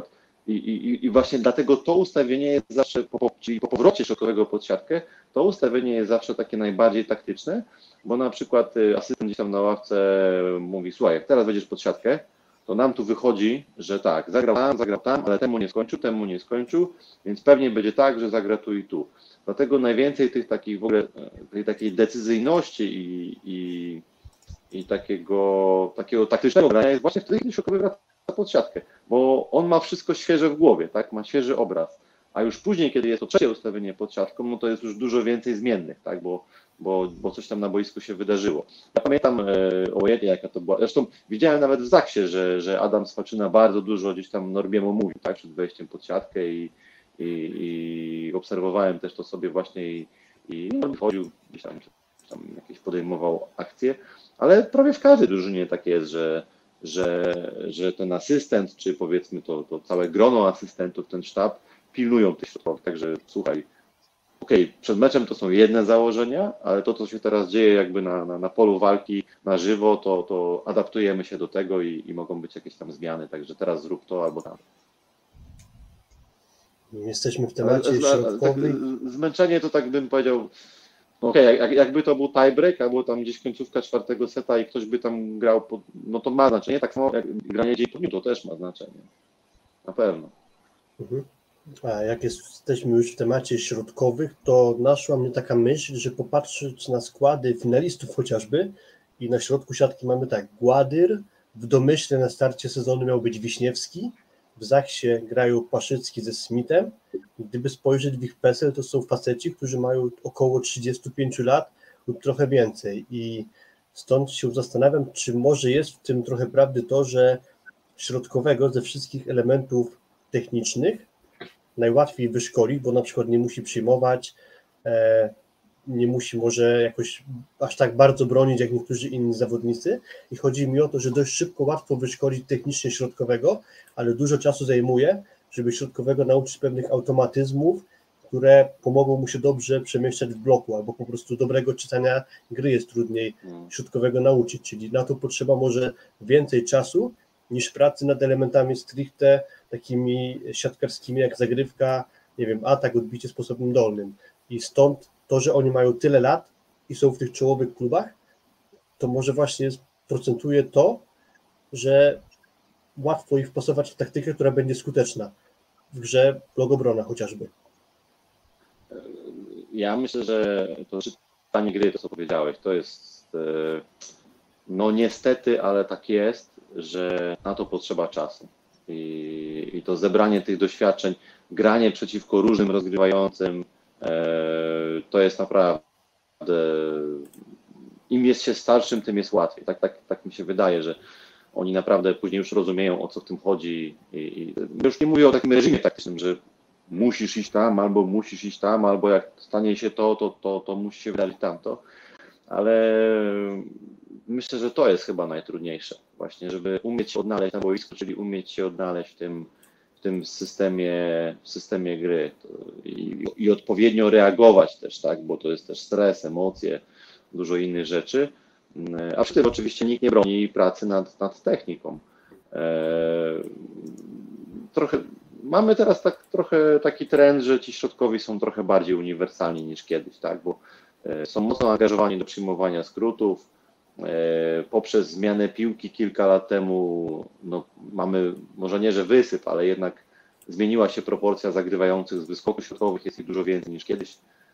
I, i, I właśnie dlatego to ustawienie jest zawsze, po, czyli po powrocie środkowego pod siatkę, to ustawienie jest zawsze takie najbardziej taktyczne, bo na przykład asystent gdzieś tam na ławce mówi, słuchaj, jak teraz wejdziesz pod siatkę, to nam tu wychodzi, że tak, zagrał tam, zagrał tam, ale temu nie skończył, temu nie skończył, więc pewnie będzie tak, że zagra tu i tu. Dlatego najwięcej tych takich w ogóle, tej takiej decyzyjności i, i, i takiego, takiego taktycznego grania jest właśnie wtedy, kiedy środkowy gra pod siatkę, bo on ma wszystko świeże w głowie, tak, ma świeży obraz, a już później, kiedy jest to trzecie ustawienie pod siatką, no to jest już dużo więcej zmiennych, tak, bo, bo, bo coś tam na boisku się wydarzyło. Ja pamiętam, e, obojętnie jaka to była, zresztą widziałem nawet w Zaksie, że, że Adam Swaczyna bardzo dużo gdzieś tam Norbiemu mówił, tak, przed wejściem pod siatkę i, i, i obserwowałem też to sobie właśnie i, i no, wchodził gdzieś tam, tam jakieś podejmował akcje, ale prawie w każdej drużynie tak jest, że Że, że ten asystent, czy powiedzmy to, to całe grono asystentów, ten sztab, pilnują tych środkowych. Także słuchaj, okej, okay, przed meczem to są jedne założenia, ale to, co się teraz dzieje jakby na, na, na polu walki na żywo, to, to adaptujemy się do tego i, i mogą być jakieś tam zmiany. Także teraz zrób to albo tam. Jesteśmy w temacie ale, środkowych. Tak, zmęczenie to tak bym powiedział. Okej, okay, jak, jakby to był tiebreak, albo tam gdzieś końcówka czwartego seta i ktoś by tam grał, pod, no to ma znaczenie, tak samo jak granie dzień po dniu, to też ma znaczenie, na pewno. Mhm. A jak jesteśmy już w temacie środkowych, to naszła mnie taka myśl, że popatrzeć na składy finalistów chociażby i na środku siatki mamy tak, Gładyr, w domyśle na starcie sezonu miał być Wiśniewski, w Zaksie grają Paszycki ze Smithem. Gdyby spojrzeć w ich PESEL, to są faceci, którzy mają około trzydzieści pięć lat lub trochę więcej i stąd się zastanawiam, czy może jest w tym trochę prawdy to, że środkowego ze wszystkich elementów technicznych najłatwiej wyszkolić, bo na przykład nie musi przyjmować, nie musi może jakoś aż tak bardzo bronić jak niektórzy inni zawodnicy i chodzi mi o to, że dość szybko, łatwo wyszkolić technicznie środkowego, ale dużo czasu zajmuje, żeby środkowego nauczyć pewnych automatyzmów, które pomogą mu się dobrze przemieszczać w bloku, albo po prostu dobrego czytania gry jest trudniej środkowego nauczyć, czyli na to potrzeba może więcej czasu niż pracy nad elementami stricte takimi siatkarskimi jak zagrywka, nie wiem, atak, odbicie sposobem dolnym i stąd to, że oni mają tyle lat i są w tych czołowych klubach, to może właśnie procentuje to, że łatwo ich wpasować w taktykę, która będzie skuteczna w grze blogobrona chociażby. Ja myślę, że to czytanie gry, to co powiedziałeś, to jest no niestety, ale tak jest, że na to potrzeba czasu. I, i to zebranie tych doświadczeń, granie przeciwko różnym rozgrywającym, to jest naprawdę, im jest się starszym, tym jest łatwiej. Tak, tak, tak mi się wydaje, że oni naprawdę później już rozumieją, o co w tym chodzi. I, i już nie mówię o takim reżimie taktycznym, że musisz iść tam, albo musisz iść tam, albo jak stanie się to, to, to, to musi się wydarzyć tamto. Ale myślę, że to jest chyba najtrudniejsze. Właśnie, żeby umieć się odnaleźć na boisku, czyli umieć się odnaleźć w tym, w tym systemie, w systemie gry i, i odpowiednio reagować też, tak, bo to jest też stres, emocje, dużo innych rzeczy, a w tym oczywiście nikt nie broni pracy nad, nad techniką. Trochę, mamy teraz tak, trochę taki trend, że ci środkowi są trochę bardziej uniwersalni niż kiedyś, tak, bo są mocno angażowani do przyjmowania skrótów. Poprzez zmianę piłki kilka lat temu no, mamy, może nie, że wysyp, ale jednak zmieniła się proporcja zagrywających z wyskoków środkowych, jest ich dużo więcej niż kiedyś.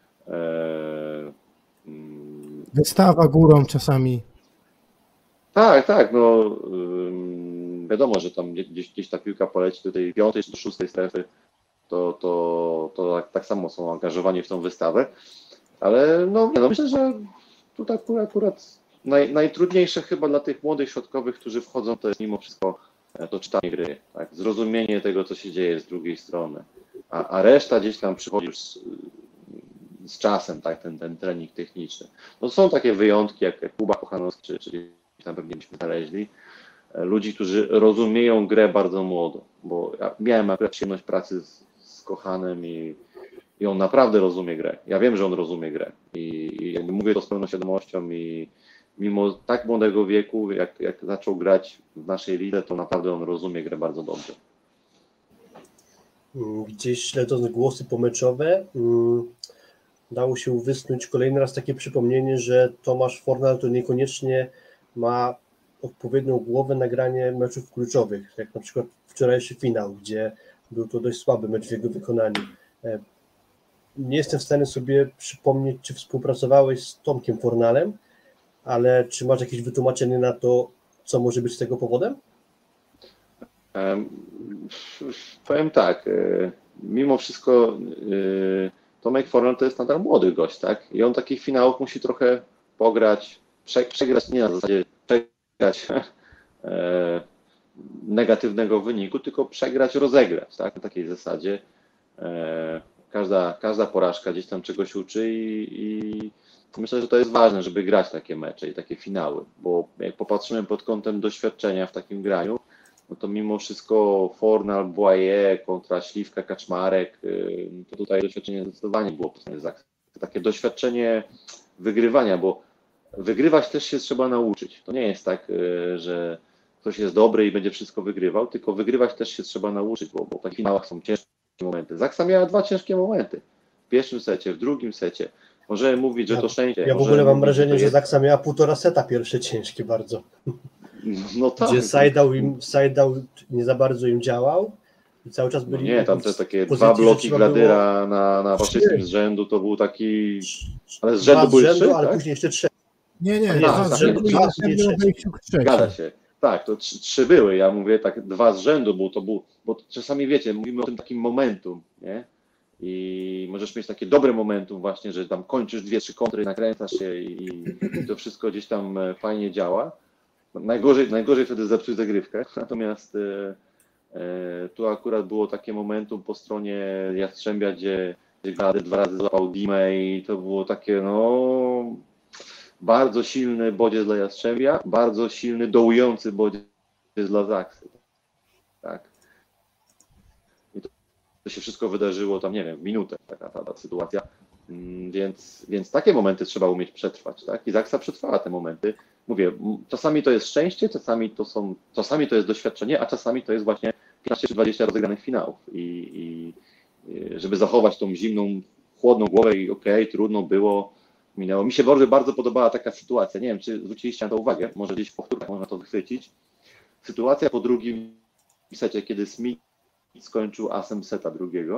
Wystawa górą czasami. Tak, tak, no wiadomo, że tam gdzieś, gdzieś ta piłka poleci do tej piątej czy do szóstej strefy, to, to, to tak, tak samo są angażowani w tą wystawę, ale no, no myślę, że tutaj akurat Naj, najtrudniejsze chyba dla tych młodych środkowych, którzy wchodzą, to jest mimo wszystko to czytanie gry, tak? Zrozumienie tego, co się dzieje z drugiej strony, a, a reszta gdzieś tam przychodzi już z, z czasem, tak? ten, ten trening techniczny. No są takie wyjątki, jak, jak Kuba Kochanowski, czy, czy tam pewnie byśmy znaleźli, ludzi, którzy rozumieją grę bardzo młodo, bo ja miałem akurat przyjemność pracy z, z Kochanem i, i on naprawdę rozumie grę. Ja wiem, że on rozumie grę i, i jakby mówię to z pełną świadomością i mimo tak młodego wieku, jak, jak zaczął grać w naszej lidze, to naprawdę on rozumie grę bardzo dobrze. Gdzieś śledząc głosy pomeczowe, dało się wysnuć kolejny raz takie przypomnienie, że Tomasz Fornal to niekoniecznie ma odpowiednią głowę na granie meczów kluczowych, jak na przykład wczorajszy finał, gdzie był to dość słaby mecz w jego wykonaniu. Nie jestem w stanie sobie przypomnieć, czy współpracowałeś z Tomkiem Fornalem, ale czy masz jakieś wytłumaczenie na to, co może być tego powodem? Um, powiem tak, mimo wszystko Tomek Fornal to jest nadal młody gość, tak? I on takich finałów musi trochę pograć, przegrać nie na zasadzie przegrać e, negatywnego wyniku, tylko przegrać, rozegrać, tak? Na takiej zasadzie. E, każda, każda porażka gdzieś tam czegoś uczy i, i myślę, że to jest ważne, żeby grać takie mecze i takie finały, bo jak popatrzymy pod kątem doświadczenia w takim graniu, no to mimo wszystko Fornal, Boyer kontra Śliwka, Kaczmarek, to tutaj doświadczenie zdecydowanie było po stronie Zaksy. Takie doświadczenie wygrywania, bo wygrywać też się trzeba nauczyć. To nie jest tak, że ktoś jest dobry i będzie wszystko wygrywał, tylko wygrywać też się trzeba nauczyć, bo, bo w takich finałach są ciężkie momenty. Zaksa miała dwa ciężkie momenty. W pierwszym secie, w drugim secie. Możemy mówić, że to szczęście. Ja w ogóle mam wrażenie, że, że Zaksa miała półtora seta pierwsze ciężkie bardzo. No tak. Gdzie Sajdał im, Sajdał nie za bardzo im działał i cały czas byli... No nie, tam te takie dwa bloki Gladyra było... na, na faszyzm z rzędu, to był taki... Ale z rzędu były trzy, ale tak? później jeszcze trzy. Nie, nie, dwa z rzędu i Zgadza się. Tak, to trzy, trzy były, ja mówię tak, dwa z rzędu, bo to był, bo czasami wiecie, mówimy o tym takim momentum, nie? I możesz mieć takie dobre momentum właśnie, że tam kończysz dwie, trzy kontry, nakręcasz się i, i to wszystko gdzieś tam fajnie działa. Najgorzej, najgorzej wtedy zepsuć zagrywkę, natomiast e, e, tu akurat było takie momentum po stronie Jastrzębia, gdzie, gdzie Gladyr dwa razy złapał Dimę i to było takie no bardzo silny bodziec dla Jastrzębia, bardzo silny dołujący bodziec dla Zaksy. Tak. I to, to się wszystko wydarzyło tam, nie wiem, w minutę, taka ta, ta sytuacja. Więc, więc takie momenty trzeba umieć przetrwać, tak? I Zaksa przetrwała te momenty. Mówię, czasami to jest szczęście, czasami to są, czasami to jest doświadczenie, a czasami to jest właśnie piętnaście czy dwadzieścia rozegranych finałów. I, i żeby zachować tą zimną, chłodną głowę i okej, okay, trudno było, minęło. Mi się bardzo, bardzo podobała taka sytuacja. Nie wiem, czy zwróciliście na to uwagę, może gdzieś w powtórkach można to wychwycić. Sytuacja po drugim secie, kiedy Smith skończył asem seta drugiego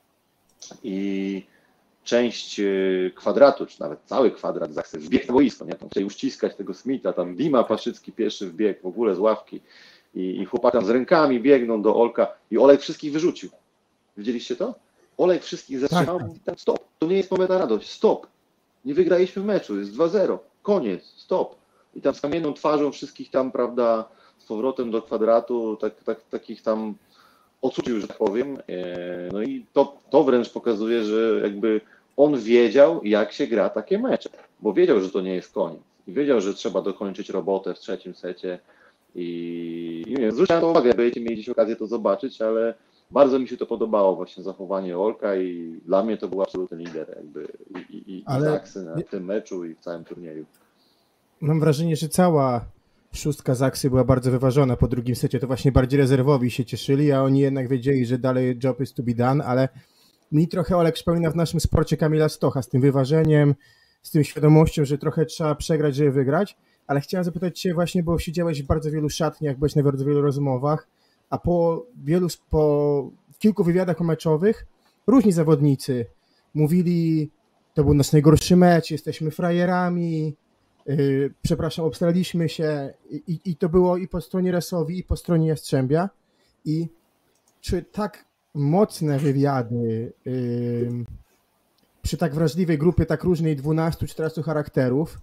i część kwadratu, czy nawet cały kwadrat Zaksy wbiegł na boisko, nie? Tam chcieli uściskać tego Smitha, tam Dima Paszycki pierwszy wbiegł w ogóle z ławki i, i chłopaki tam z rękami biegną do Olka i Olek wszystkich wyrzucił. Widzieliście to? Olek wszystkich zatrzymał, tak. Mówi tam stop, to nie jest moment na radość, stop. Nie wygraliśmy meczu, jest dwa zero, koniec, stop. I tam z kamienną twarzą wszystkich tam, prawda, z powrotem do kwadratu, tak, tak, takich tam ocucił, że tak powiem. No i to, to wręcz pokazuje, że jakby on wiedział, jak się gra takie mecze, bo wiedział, że to nie jest koniec. I wiedział, że trzeba dokończyć robotę w trzecim secie. I, i nie, zwróciłem to uwagę, będziecie mieli dziś okazję to zobaczyć, ale bardzo mi się to podobało, właśnie zachowanie Olka i dla mnie to był absolutny lider jakby i, i, i ale... Zaksy na tym meczu i w całym turnieju. Mam wrażenie, że cała szóstka Zaksy była bardzo wyważona po drugim secie, to właśnie bardziej rezerwowi się cieszyli, a oni jednak wiedzieli, że dalej job is to be done, ale mi trochę Olek przypomina w naszym sporcie Kamila Stocha z tym wyważeniem, z tym świadomością, że trochę trzeba przegrać, żeby wygrać, ale chciałem zapytać Cię właśnie, bo siedziałeś w bardzo wielu szatniach, byłeś na bardzo wielu rozmowach, a po wielu, po kilku wywiadach meczowych różni zawodnicy mówili, to był nasz najgorszy mecz, jesteśmy frajerami, Yy, przepraszam, obstraliśmy się i, i to było i po stronie Resowi, i po stronie Jastrzębia. I czy tak mocne wywiady yy, przy tak wrażliwej grupie, tak różnej dwunastu czternastu charakterów,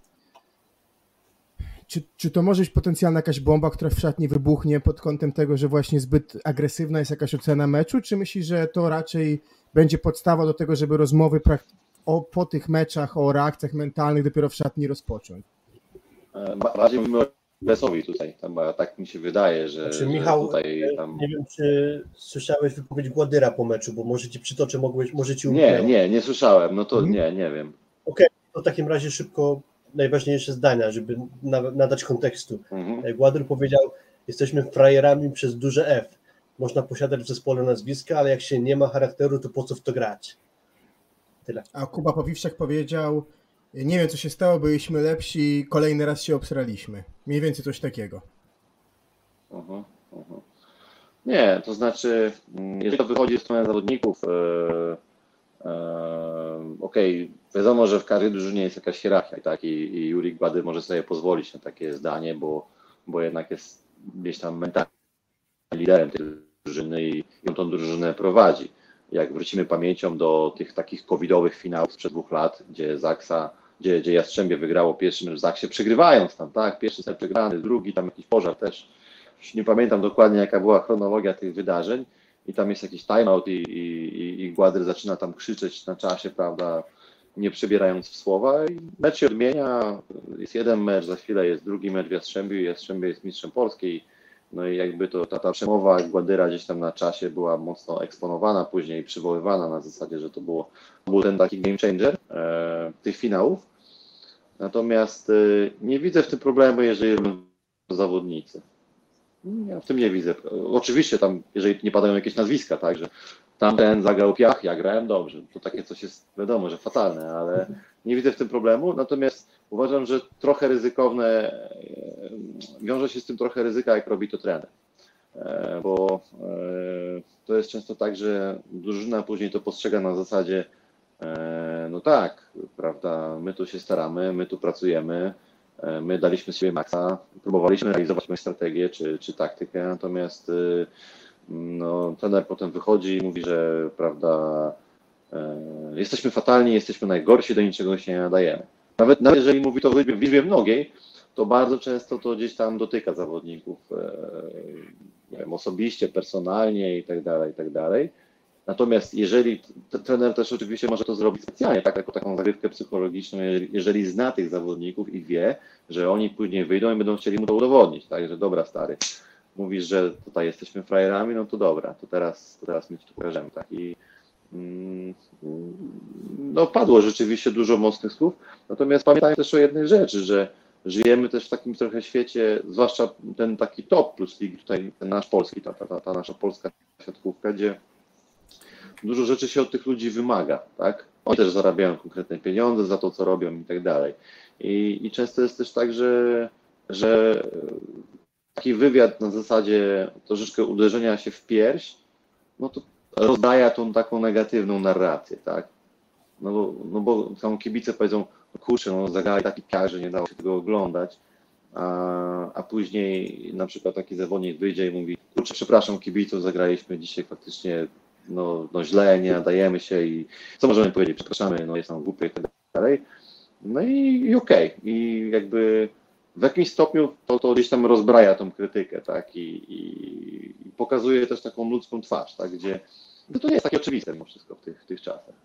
czy, czy to może być potencjalna jakaś bomba, która w szatni wybuchnie pod kątem tego, że właśnie zbyt agresywna jest jakaś ocena meczu, czy myślisz, że to raczej będzie podstawa do tego, żeby rozmowy prak- o, po tych meczach, o reakcjach mentalnych dopiero w szatni rozpocząć? Bardziej mówimy o Resowi tutaj, tam, tak mi się wydaje, że, znaczy, że Michał, tutaj tam... nie wiem, czy słyszałeś wypowiedź Gładyra po meczu, bo może ci przytoczę, mogłeś, może ci umknęło. Nie, nie, nie słyszałem, no to hmm? nie, nie wiem. Okej, okay, to w takim razie szybko najważniejsze zdania, żeby na, nadać kontekstu. Hmm. Gładyr powiedział, jesteśmy frajerami przez duże F. można posiadać w zespole nazwiska, ale jak się nie ma charakteru, to po co w to grać? Tyle. A Kuba Popiwczak powiedział, nie wiem co się stało, byliśmy lepsi, kolejny raz się obsraliśmy. Mniej więcej coś takiego. Uh-huh, uh-huh. Nie, to znaczy, jeżeli to wychodzi z strony zawodników, e, e, okej, okay, wiadomo, że w każdej drużynie jest jakaś hierarchia, tak? I, i Jurij Gwady może sobie pozwolić na takie zdanie, bo, bo jednak jest gdzieś tam mentalnie liderem tej drużyny i, i on tą drużynę prowadzi. Jak wrócimy pamięcią do tych takich covidowych finałów sprzed dwóch lat, gdzie Zaksa, gdzie, gdzie Jastrzębie wygrało pierwszy mecz w Zaksie, przegrywając tam, tak? Pierwszy set przegrany, drugi, tam jakiś pożar też. Już nie pamiętam dokładnie, jaka była chronologia tych wydarzeń i tam jest jakiś timeout i, i, i Gładry zaczyna tam krzyczeć na czasie, prawda, nie przebierając w słowa i mecz się odmienia, jest jeden mecz, za chwilę jest drugi mecz w Jastrzębiu i Jastrzębie jest mistrzem Polski, no i jakby to ta, ta przemowa Gładyra gdzieś tam na czasie była mocno eksponowana, później przywoływana na zasadzie, że to było, to był ten taki game changer e, tych finałów, natomiast e, nie widzę w tym problemu, jeżeli robią zawodnicy. Ja w tym nie widzę. Oczywiście tam, jeżeli nie padają jakieś nazwiska, tak, że tamten zagrał piach, ja grałem dobrze, to takie coś jest, wiadomo, że fatalne, ale nie widzę w tym problemu, natomiast uważam, że trochę ryzykowne, wiąże się z tym trochę ryzyka, jak robi to trener, bo to jest często tak, że drużyna później to postrzega na zasadzie, no tak, prawda, my tu się staramy, my tu pracujemy, my daliśmy z siebie maksa, próbowaliśmy realizować moją strategię czy, czy taktykę, natomiast no, trener potem wychodzi i mówi, że prawda, jesteśmy fatalni, jesteśmy najgorsi, do niczego się nie nadajemy. Nawet, nawet jeżeli mówi to w liczbie, w liczbie mnogiej, to bardzo często to gdzieś tam dotyka zawodników nie wiem, osobiście, personalnie i tak dalej, i tak dalej. Natomiast jeżeli trener też oczywiście może to zrobić specjalnie, tak, jako taką zagrywkę psychologiczną, jeżeli, jeżeli zna tych zawodników i wie, że oni później wyjdą i będą chcieli mu to udowodnić, tak, że dobra stary, mówisz, że tutaj jesteśmy frajerami, no to dobra, to teraz, to teraz my ci tu pokażemy, tak, i mm, no padło rzeczywiście dużo mocnych słów, natomiast pamiętajmy też o jednej rzeczy, że żyjemy też w takim trochę świecie, zwłaszcza ten taki top plus ligi, tutaj ten nasz polski, ta, ta, ta nasza polska siatkówka, gdzie dużo rzeczy się od tych ludzi wymaga, tak? Oni też zarabiają konkretne pieniądze za to, co robią i tak dalej. I, i często jest też tak, że, że taki wywiad na zasadzie troszeczkę uderzenia się w pierś, no to rozdaja tą taką negatywną narrację, tak? No bo, no bo tam kibice powiedzą, no kurczę, no zagrali taki piach, że nie dało się tego oglądać, a, a później na przykład taki zawodnik wyjdzie i mówi, kurczę, przepraszam kibiców, zagraliśmy dzisiaj faktycznie no, no źle, nie nadajemy się i co możemy powiedzieć, przepraszamy, no jest nam głupio i tak dalej. No i, i okej. Okay. I jakby w jakimś stopniu to, to gdzieś tam rozbraja tą krytykę, tak, i, i pokazuje też taką ludzką twarz, tak, gdzie no to nie jest takie oczywiste mimo wszystko w tych, w tych czasach.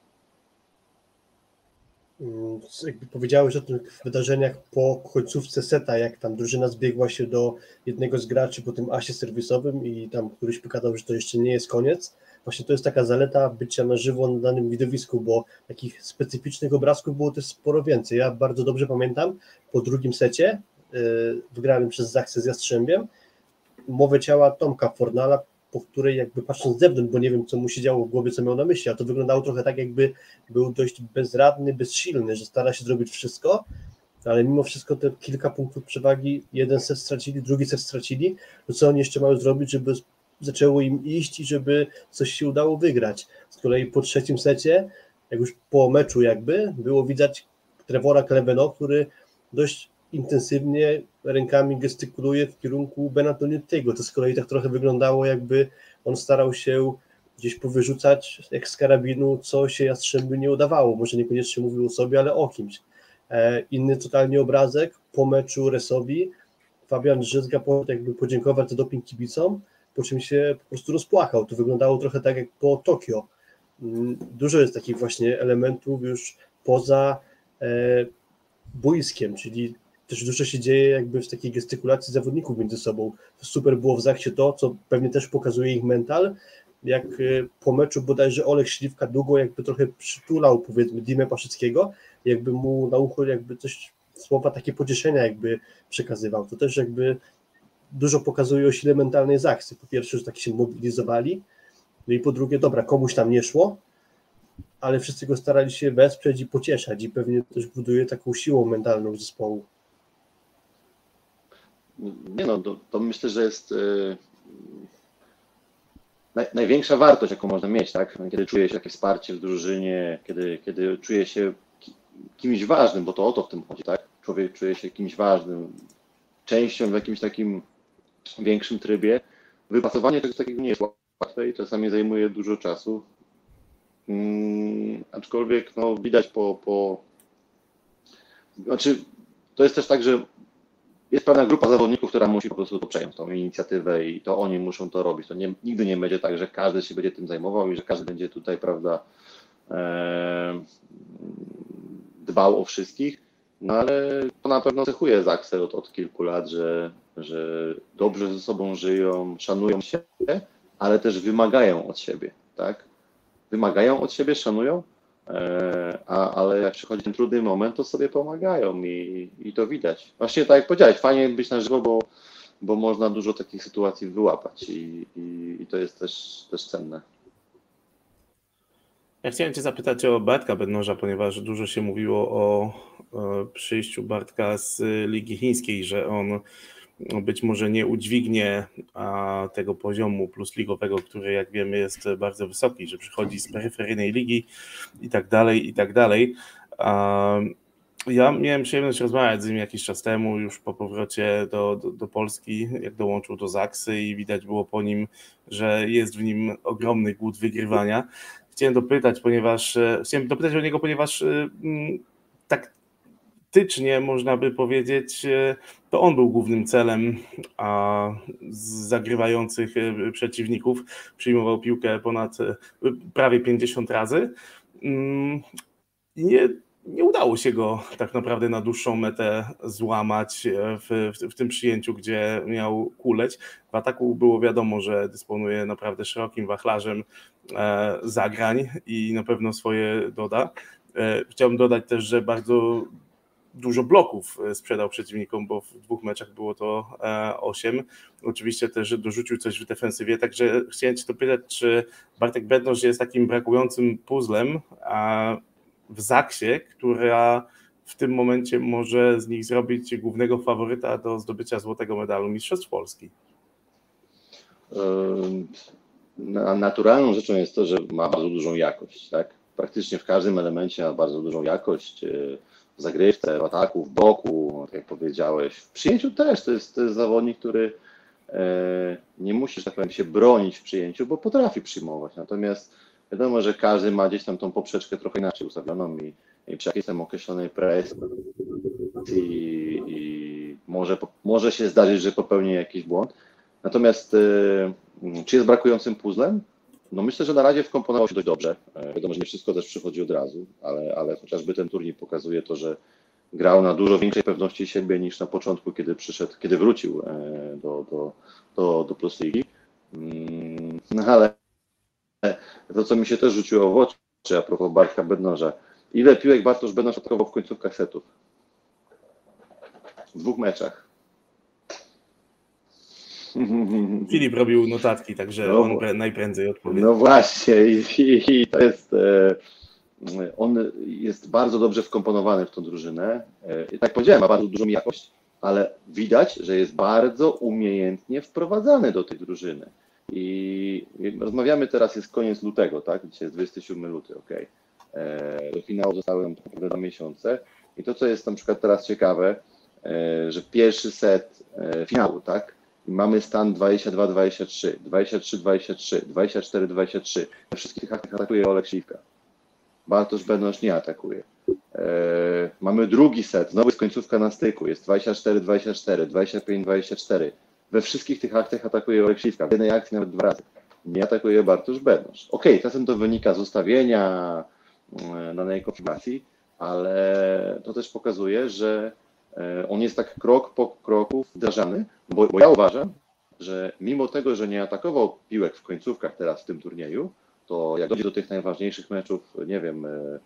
Jakby powiedziałeś o tych wydarzeniach po końcówce seta, jak tam drużyna zbiegła się do jednego z graczy po tym asie serwisowym i tam któryś pokazał, że to jeszcze nie jest koniec. Właśnie to jest taka zaleta bycia na żywo na danym widowisku, bo takich specyficznych obrazków było też sporo więcej. Ja bardzo dobrze pamiętam po drugim secie, yy, wygranym przez Zaksę z Jastrzębiem, mowę ciała Tomka Fornala, po której jakby patrząc z zewnątrz, bo nie wiem, co mu się działo w głowie, co miał na myśli, a to wyglądało trochę tak, jakby był dość bezradny, bezsilny, że stara się zrobić wszystko, ale mimo wszystko te kilka punktów przewagi, jeden set stracili, drugi set stracili, to co oni jeszcze mają zrobić, żeby zaczęło im iść i żeby coś się udało wygrać. Z kolei po trzecim secie, jak już po meczu jakby, było widać Trevora Cleveno, który dość intensywnie rękami gestykuluje w kierunku Benatoniettiego. To z kolei tak trochę wyglądało, jakby on starał się gdzieś powyrzucać jak z karabinu, co się Jastrzębiu nie udawało. Może niekoniecznie mówił o sobie, ale o kimś. E, inny totalnie obrazek po meczu Resowi. Fabian Drzyzga jakby podziękować za doping kibicom, po czym się po prostu rozpłakał. To wyglądało trochę tak jak po Tokio. Dużo jest takich właśnie elementów już poza e, boiskiem, czyli też dużo się dzieje jakby w takiej gestykulacji zawodników między sobą. Super było w Zaksie to, co pewnie też pokazuje ich mental, jak po meczu bodajże Olek Śliwka długo jakby trochę przytulał powiedzmy Dimę Paszyckiego, jakby mu na ucho jakby coś, słowa takie pocieszenia jakby przekazywał. To też jakby dużo pokazuje o sile mentalnej Zaksy. Po pierwsze, że tak się mobilizowali, no i po drugie, dobra, komuś tam nie szło, ale wszyscy go starali się wesprzeć i pocieszać i pewnie też buduje taką siłą mentalną zespołu. Nie no, to, to myślę, że jest yy, naj, największa wartość, jaką można mieć, tak? Kiedy czuje się jakieś wsparcie w drużynie, kiedy, kiedy czuje się kimś ważnym, bo to o to w tym chodzi, tak? Człowiek czuje się kimś ważnym, częścią w jakimś takim większym trybie. Wypracowanie czegoś takiego nie jest łatwe i czasami zajmuje dużo czasu. Hmm, aczkolwiek no, widać po, po... Znaczy, to jest też tak, że jest pewna grupa zawodników, która musi po prostu to przejąć, tą inicjatywę i to oni muszą to robić. To nie, nigdy nie będzie tak, że każdy się będzie tym zajmował i że każdy będzie tutaj, prawda, e, dbał o wszystkich, no ale to na pewno cechuje Zaksę od, od kilku lat, że, że dobrze ze sobą żyją, szanują się, ale też wymagają od siebie, tak? Wymagają od siebie, szanują, A, ale jak przychodzi ten trudny moment, to sobie pomagają i, i to widać. Właśnie tak jak powiedziałeś, fajnie być na żywo, bo, bo można dużo takich sytuacji wyłapać i, i, i to jest też, też cenne. Ja chciałem Cię zapytać o Bartka Bednoża, ponieważ dużo się mówiło o, o przyjściu Bartka z Ligi Chińskiej, że on być może nie udźwignie a, tego poziomu plusligowego, który jak wiemy jest bardzo wysoki, że przychodzi z peryferyjnej ligi i tak dalej, i tak dalej. A, ja miałem przyjemność rozmawiać z nim jakiś czas temu, już po powrocie do, do, do Polski, jak dołączył do Zaksy i widać było po nim, że jest w nim ogromny głód wygrywania. Chciałem dopytać, ponieważ chciałem dopytać o niego, ponieważ mm, tak taktycznie można by powiedzieć, to on był głównym celem a, zagrywających przeciwników. Przyjmował piłkę ponad prawie pięćdziesiąt razy. Nie, nie udało się go tak naprawdę na dłuższą metę złamać w, w, w tym przyjęciu, gdzie miał kuleć. W ataku było wiadomo, że dysponuje naprawdę szerokim wachlarzem e, zagrań i na pewno swoje doda. E, chciałbym dodać też, że bardzo dużo bloków sprzedał przeciwnikom, bo w dwóch meczach było to osiem. Oczywiście też dorzucił coś w defensywie, także chciałem Cię dopytać, czy Bartek Bednoż jest takim brakującym puzzlem w Zaksie, która w tym momencie może z nich zrobić głównego faworyta do zdobycia złotego medalu Mistrzostw Polski? Naturalną rzeczą jest to, że ma bardzo dużą jakość, tak? Praktycznie w każdym elemencie ma bardzo dużą jakość. W zagrywce, w ataku, w bloku, tak jak powiedziałeś. W przyjęciu też to jest, to jest zawodnik, który e, nie musi, że tak powiem, się bronić w przyjęciu, bo potrafi przyjmować. Natomiast wiadomo, że każdy ma gdzieś tam tą poprzeczkę trochę inaczej ustawioną i, i przy jakiejś tam określonej presji i, i może, może się zdarzyć, że popełni jakiś błąd. Natomiast e, czy jest brakującym puzzlem? No myślę, że na razie wkomponował się dość dobrze. Wiadomo, że nie wszystko też przychodzi od razu, ale, ale chociażby ten turniej pokazuje to, że grał na dużo większej pewności siebie niż na początku, kiedy przyszedł, kiedy wrócił do, do, do, do Plus Ligi. No ale to, co mi się też rzuciło w oczy, a propos Bartka Bednoża, ile piłek Bartosz Bednoż atakował w końcówkach setów? W dwóch meczach. Filip robił notatki, także no, on najprędzej odpowie. No właśnie i, i, i to jest, e, on jest bardzo dobrze wkomponowany w tą drużynę. E, tak jak powiedziałem, ma bardzo dużą jakość, ale widać, że jest bardzo umiejętnie wprowadzany do tej drużyny. I rozmawiamy teraz, jest koniec lutego, tak? Dzisiaj jest dwudziestego siódmego lutego, okej. Okay. Do finału zostały nam dwa miesiące. I to, co jest na przykład teraz ciekawe, e, że pierwszy set e, finału, tak? Mamy stan dwadzieścia dwa dwadzieścia trzy, dwadzieścia trzy dwadzieścia trzy, dwadzieścia cztery dwadzieścia trzy. We wszystkich aktach atakuje Olek Śliwka. Bartosz Bednoż nie atakuje. Eee, mamy drugi set, znowu jest końcówka na styku, jest dwadzieścia cztery dwadzieścia cztery, dwadzieścia pięć dwadzieścia cztery. We wszystkich tych aktach atakuje Olek Śliwka. W jednej akcji nawet dwa razy. Nie atakuje Bartosz Bednoż. Okej, okay, czasem to wynika z ustawienia e, danej konfiguracji, ale to też pokazuje, że on jest tak krok po kroku wdrażany, bo, bo ja uważam, że mimo tego, że nie atakował piłek w końcówkach teraz w tym turnieju, to jak dojdzie do tych najważniejszych meczów, nie wiem,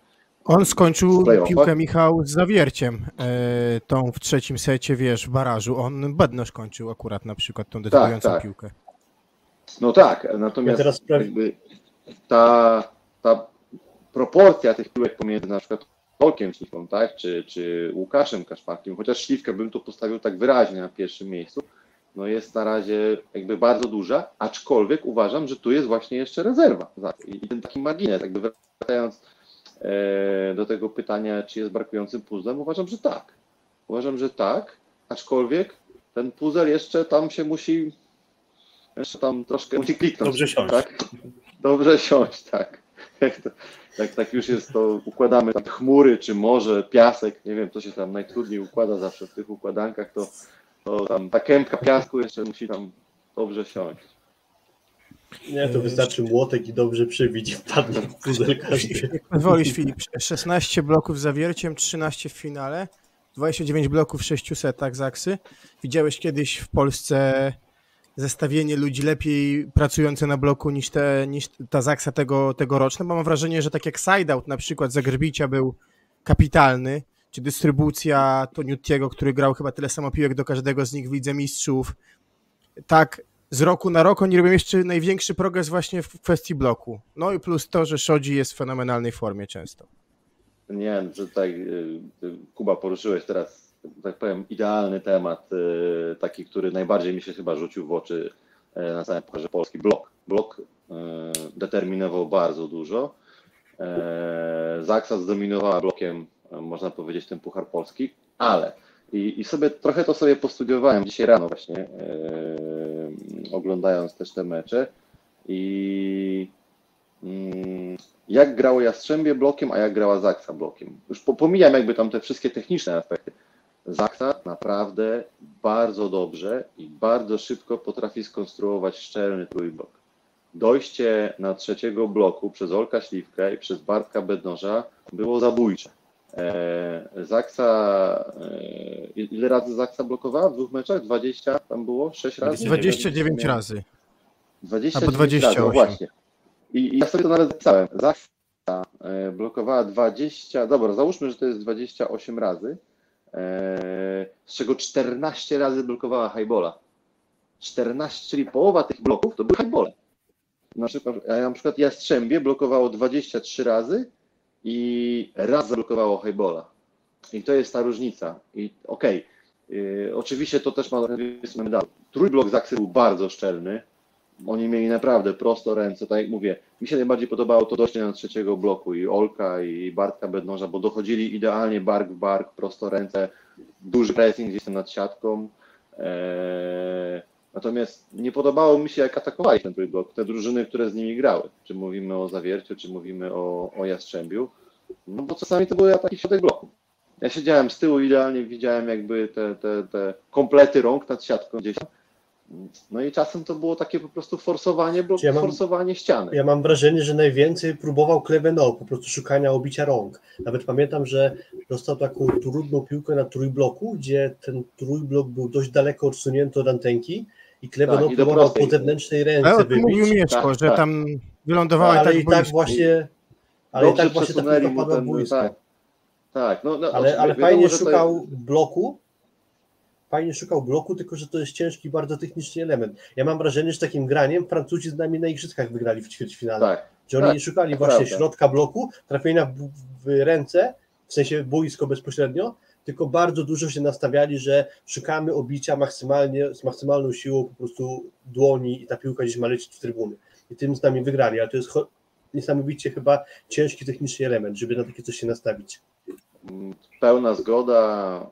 On skończył playoffach. piłkę, Michał, z zawierciem e, tą w trzecim secie, wiesz, w barażu. On bedno skończył akurat na przykład tą decydującą tak. piłkę. No tak, natomiast Ja teraz praw- jakby ta, ta proporcja tych piłek pomiędzy na przykład Olkiem Śliwką, tak, czy, czy Łukaszem Kaszmarkiem, chociaż Śliwkę bym tu postawił tak wyraźnie na pierwszym miejscu, no jest na razie jakby bardzo duża, aczkolwiek uważam, że tu jest właśnie jeszcze rezerwa. I ten taki margines, jakby wracając e, do tego pytania, czy jest brakującym puzzlem, uważam, że tak. Uważam, że tak, aczkolwiek ten puzzle jeszcze tam się musi, jeszcze tam troszkę musi kliknąć. Dobrze siąść. Tak? Dobrze siąść, tak. Jak, to, jak tak już jest, to układamy tam chmury, czy morze, piasek, nie wiem, co się tam najtrudniej układa zawsze w tych układankach, to, to tam ta kępka piasku jeszcze musi tam dobrze siąść. Nie, to wystarczy młotek i dobrze przybić i wpadnie w puzzle każdy. Jak pozwolisz, Filip, szesnaście bloków z zawierciem, trzynaście w finale, dwadzieścia dziewięć bloków w sześciu setach Zaksy. Widziałeś kiedyś w Polsce zestawienie ludzi lepiej pracujące na bloku niż, te, niż ta Zaksa tego, tegoroczna? Bo mam wrażenie, że tak jak Sideout na przykład Zagrbicia był kapitalny, czy dystrybucja Toniutiego, który grał chyba tyle samo piłek do każdego z nich w Lidze Mistrzów, tak z roku na rok oni robią jeszcze największy progres właśnie w kwestii bloku. No i plus to, że Szodzi jest w fenomenalnej formie często. Nie, że tutaj Kuba poruszyłeś teraz, tak powiem, idealny temat, taki, który najbardziej mi się chyba rzucił w oczy na całym Pucharze Polski. Blok. Blok determinował bardzo dużo. Zaksa zdominowała blokiem, można powiedzieć, ten Puchar Polski, ale i, i sobie trochę to sobie postudiowałem dzisiaj rano właśnie, oglądając też te mecze i jak grało Jastrzębie blokiem, a jak grała Zaksa blokiem. Już pomijam jakby tam te wszystkie techniczne aspekty. Zaksa naprawdę bardzo dobrze i bardzo szybko potrafi skonstruować szczelny trójblok. Dojście na trzeciego bloku przez Olka Śliwkę i przez Bartka Bednoża było zabójcze. Zaksa, ile razy Zaksa blokowała w dwóch meczach? dwadzieścia tam było? sześć razy? dwadzieścia dziewięć razy. dwadzieścia Albo dwadzieścia osiem. razy, no właśnie. I, I ja sobie to nawet zapisałem. Zaksa blokowała dwadzieścia, dobra, załóżmy, że to jest dwadzieścia osiem razy, z czego czternaście razy blokowała highbola. czternaście, czyli połowa tych bloków to były highbole. Na przykład, a na przykład Jastrzębie blokowało dwadzieścia trzy razy i raz zablokowało highbola. I to jest ta różnica. I okej, okay, yy, oczywiście to też ma medal. Trójblok Zaksy był bardzo szczelny. Oni mieli naprawdę prosto ręce, tak jak mówię. Mi się najbardziej podobało to dojście na trzeciego bloku i Olka i Bartka Bednoża, bo dochodzili idealnie bark w bark, prosto ręce, duży pressing gdzieś tam nad siatką. Eee, natomiast nie podobało mi się, jak atakowali ten trójblok, te drużyny, które z nimi grały. Czy mówimy o Zawierciu, czy mówimy o, o Jastrzębiu. No bo czasami to były ataki w środek bloku. Ja siedziałem z tyłu, idealnie widziałem jakby te, te, te komplety rąk nad siatką gdzieś tam. No i czasem to było takie po prostu forsowanie, bo ja mam, forsowanie ściany. Ja mam wrażenie, że najwięcej próbował Kleveno, po prostu szukania obicia rąk. Nawet pamiętam, że dostał taką trudną piłkę na trójbloku, gdzie ten trójblok był dość daleko odsunięty od antenki i Kleveno tak, próbował po zewnętrznej ręce ale wybić. Mówił Mieszko, tak, że tak. tam wylądowała ale tak i tak właśnie, ale i tak właśnie ta piłka padła w boisko. Tak, tak. No, no, ale, ale wiadomo, fajnie że szukał jest... bloku, Fajnie szukał bloku, tylko że to jest ciężki, bardzo techniczny element. Ja mam wrażenie, że takim graniem Francuzi z nami na igrzyskach wygrali w ćwierćfinale. Tak, że oni tak, szukali właśnie prawda. środka bloku, trafienia w, w ręce, w sensie boisko bezpośrednio, tylko bardzo dużo się nastawiali, że szukamy obicia maksymalnie, z maksymalną siłą po prostu dłoni i ta piłka gdzieś ma lecieć w trybuny. I tym z nami wygrali, ale to jest niesamowicie chyba ciężki techniczny element, żeby na takie coś się nastawić. Pełna zgoda.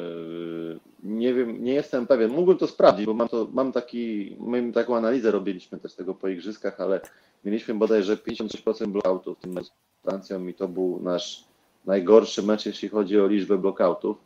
Nie wiem, nie jestem pewien. Mógłbym to sprawdzić, bo mam, to, mam taki, my taką analizę robiliśmy też tego po igrzyskach, ale mieliśmy bodajże pięćdziesiąt sześć procent blockoutów w tym meczu z Francją i to był nasz najgorszy mecz, jeśli chodzi o liczbę blockoutów.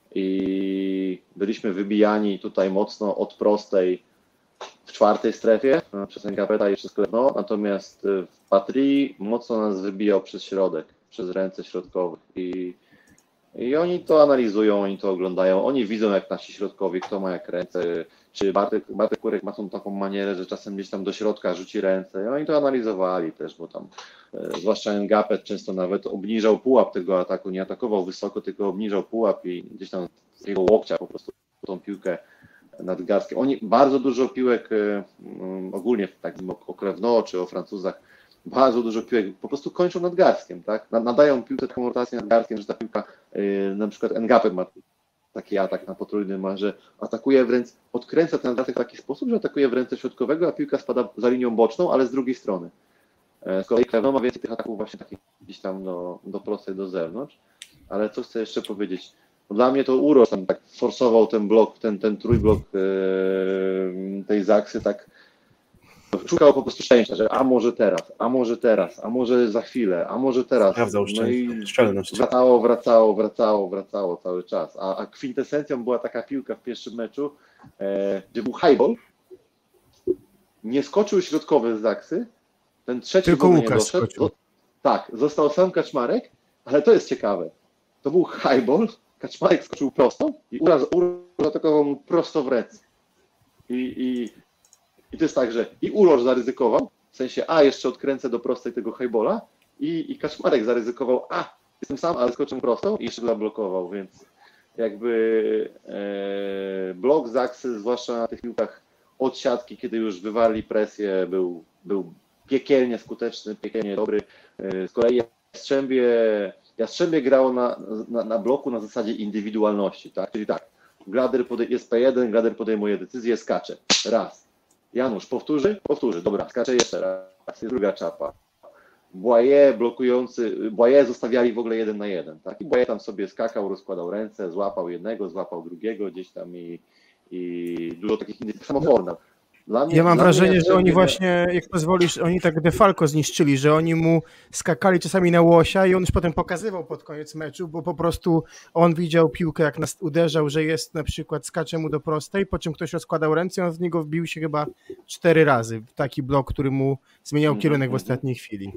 I byliśmy wybijani tutaj mocno od prostej w czwartej strefie przez Engapeta i przez Kleveno, natomiast w Patrii mocno nas wybijał przez środek, przez ręce środkowych i I oni to analizują, oni to oglądają, oni widzą jak nasi środkowi, kto ma jak ręce, czy Bartek, Bartek Kurek ma tą taką manierę, że czasem gdzieś tam do środka rzuci ręce. I oni to analizowali też, bo tam e, zwłaszcza Ngapet często nawet obniżał pułap tego ataku, nie atakował wysoko, tylko obniżał pułap i gdzieś tam z jego łokcia po prostu tą piłkę nadgarskiem. Oni bardzo dużo piłek, e, ogólnie w takim okrewno czy o Francuzach, bardzo dużo piłek po prostu kończą nadgarstkiem, tak? Nadają piłkę taką rotację nadgarstkiem, że ta piłka, e, na przykład Ngapet ma taki atak na potrójnym, ma, że atakuje w ręce, odkręca ten atak w taki sposób, że atakuje w ręce środkowego, a piłka spada za linią boczną, ale z drugiej strony. Z kolei Krewno ma więcej tych ataków właśnie takich gdzieś tam do, do prostej, do zewnątrz. Ale co chcę jeszcze powiedzieć? No dla mnie to Uroš tam tak forsował ten blok, ten, ten trójblok e, tej Zaksy, tak szukał po prostu szczęścia, że a może teraz, a może teraz, a może za chwilę, a może teraz. Sprawdzał no i szczelność. Wracało, wracało, wracało, wracało cały czas. A, a kwintesencją była taka piłka w pierwszym meczu, e, gdzie był highball, nie skoczył środkowy z Zaksy, ten trzeci Tylko nie Łukasz doszedł. skoczył. Tak, został sam Kaczmarek, ale to jest ciekawe. To był highball, Kaczmarek skoczył prosto i Uroš zaatakował mu prosto w ręce. I, i, I to jest tak, że i Uroš zaryzykował, w sensie a jeszcze odkręcę do prostej tego highballa i, i Kaczmarek zaryzykował, a jestem sam, ale skoczę prosto i jeszcze zablokował, więc jakby e, blok Zaksy, zwłaszcza na tych piłkach od siatki, kiedy już wywarli presję, był, był piekielnie skuteczny, piekielnie dobry. E, z kolei Jastrzębie, Jastrzębie grało na, na, na bloku na zasadzie indywidualności, tak? Czyli tak, Glader podej- jest P jeden, Glader podejmuje decyzję, skacze. Raz. Janusz powtórzy? Powtórzy. Dobra, skacze jeszcze raz. Jest druga czapa. Boye blokujący, Boye zostawiali w ogóle jeden na jeden, tak? I Boye tam sobie skakał, rozkładał ręce, złapał jednego, złapał drugiego gdzieś tam i, i dużo takich innych, samoforna. Dla mnie, Ja mam dla wrażenie, mnie że oni właśnie, jak pozwolisz, oni tak Defalco zniszczyli, że oni mu skakali czasami na łosia i on już potem pokazywał pod koniec meczu, bo po prostu on widział piłkę, jak nas uderzał, że jest na przykład, skacze mu do prostej, po czym ktoś rozkładał ręce i on z niego wbił się chyba cztery razy w taki blok, który mu zmieniał kierunek w ostatniej chwili.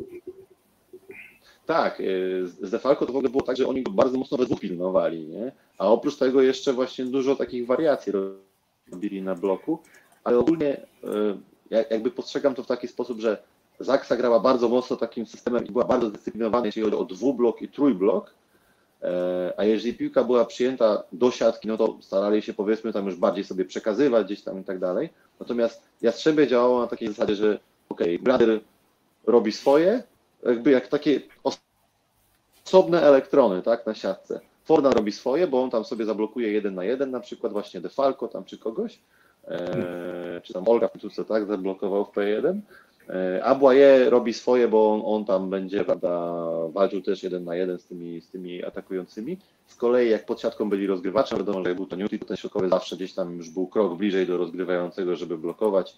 Tak, z Defalco to w ogóle było tak, że oni go bardzo mocno we dwóch pilnowali, nie? A oprócz tego jeszcze właśnie dużo takich wariacji robili na bloku, ale ogólnie jakby postrzegam to w taki sposób, że Zaksa grała bardzo mocno takim systemem i była bardzo zdyscyplinowana, jeśli chodzi o dwublok i trójblok, a jeżeli piłka była przyjęta do siatki, no to starali się powiedzmy tam już bardziej sobie przekazywać gdzieś tam i tak dalej. Natomiast Jastrzębie działało na takiej zasadzie, że okej, okay, Glader robi swoje, jakby jak takie osobne elektrony, tak, na siatce. Fordan robi swoje, bo on tam sobie zablokuje jeden na jeden, na przykład właśnie Defalco tam czy kogoś, e, czy tam Olga w końcówce, tak, zablokował w P jeden, e, a Boye robi swoje, bo on, on tam będzie, prawda, walczył też jeden na jeden z tymi, z tymi atakującymi. Z kolei jak pod siatką byli rozgrywacze, wiadomo, że jak był to Newty, to ten środkowy zawsze gdzieś tam już był krok bliżej do rozgrywającego, żeby blokować.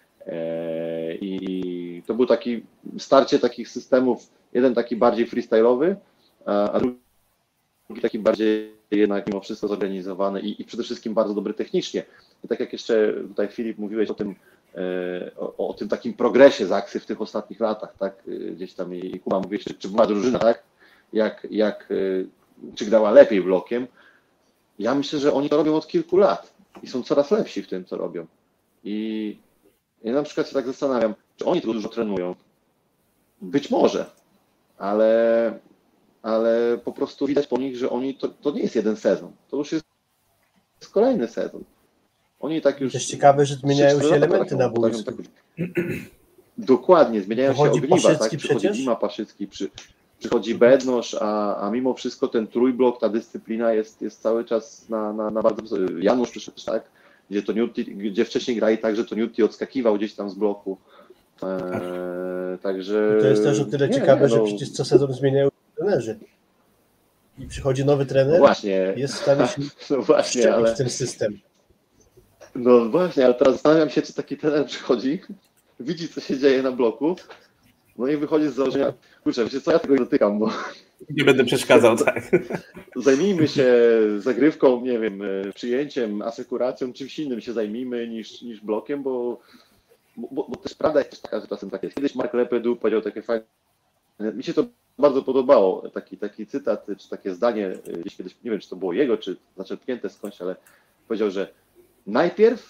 I to był taki starcie takich systemów, jeden taki bardziej freestyle'owy, a drugi taki bardziej jednak mimo wszystko zorganizowany i, i przede wszystkim bardzo dobry technicznie. I tak jak jeszcze tutaj Filip mówiłeś o tym, o, o tym takim progresie Zaksy w tych ostatnich latach, tak, gdzieś tam i Kuba mówiłeś, czy, czy była drużyna, tak, jak, jak, czy grała lepiej blokiem. Ja myślę, że oni to robią od kilku lat i są coraz lepsi w tym, co robią. I ja na przykład się tak zastanawiam, czy oni tego dużo trenują. Być może, ale, ale po prostu widać po nich, że oni to, to nie jest jeden sezon. To już jest kolejny sezon. Oni tak już. Też ciekawe, że zmieniają się elementy na boisku. Tak, dokładnie, zmieniają się ogniwa, tak? Przychodzi Dima Paszycki, przy, przychodzi Bednosz, a, a mimo wszystko ten trójblok, ta dyscyplina jest, jest cały czas na, na, na bardzo. Janusz przyszedł, tak? Gdzie, to Newty, gdzie wcześniej grali tak, że to Newty odskakiwał gdzieś tam z bloku. Eee, także... I to jest też o tyle nie, ciekawe, no... że przecież co sezon zmieniają trenerzy. I przychodzi nowy trener, właśnie. jest w stanie się no właśnie, ale... w ten system. No właśnie, ale teraz zastanawiam się, czy taki trener przychodzi, widzi, co się dzieje na bloku, no i wychodzi z założenia, kurczę, wiecie co, ja tego nie dotykam, bo... Nie będę przeszkadzał, tak. Zajmijmy się zagrywką, nie wiem, przyjęciem, asekuracją, czymś innym się zajmijmy niż, niż blokiem, bo, bo, bo też prawda jest taka, że czasem tak jest. Kiedyś Mark Lepedu powiedział takie fajne, mi się to bardzo podobało, taki, taki cytat, czy takie zdanie, gdzieś kiedyś, nie wiem, czy to było jego, czy zaczerpnięte skądś, ale powiedział, że najpierw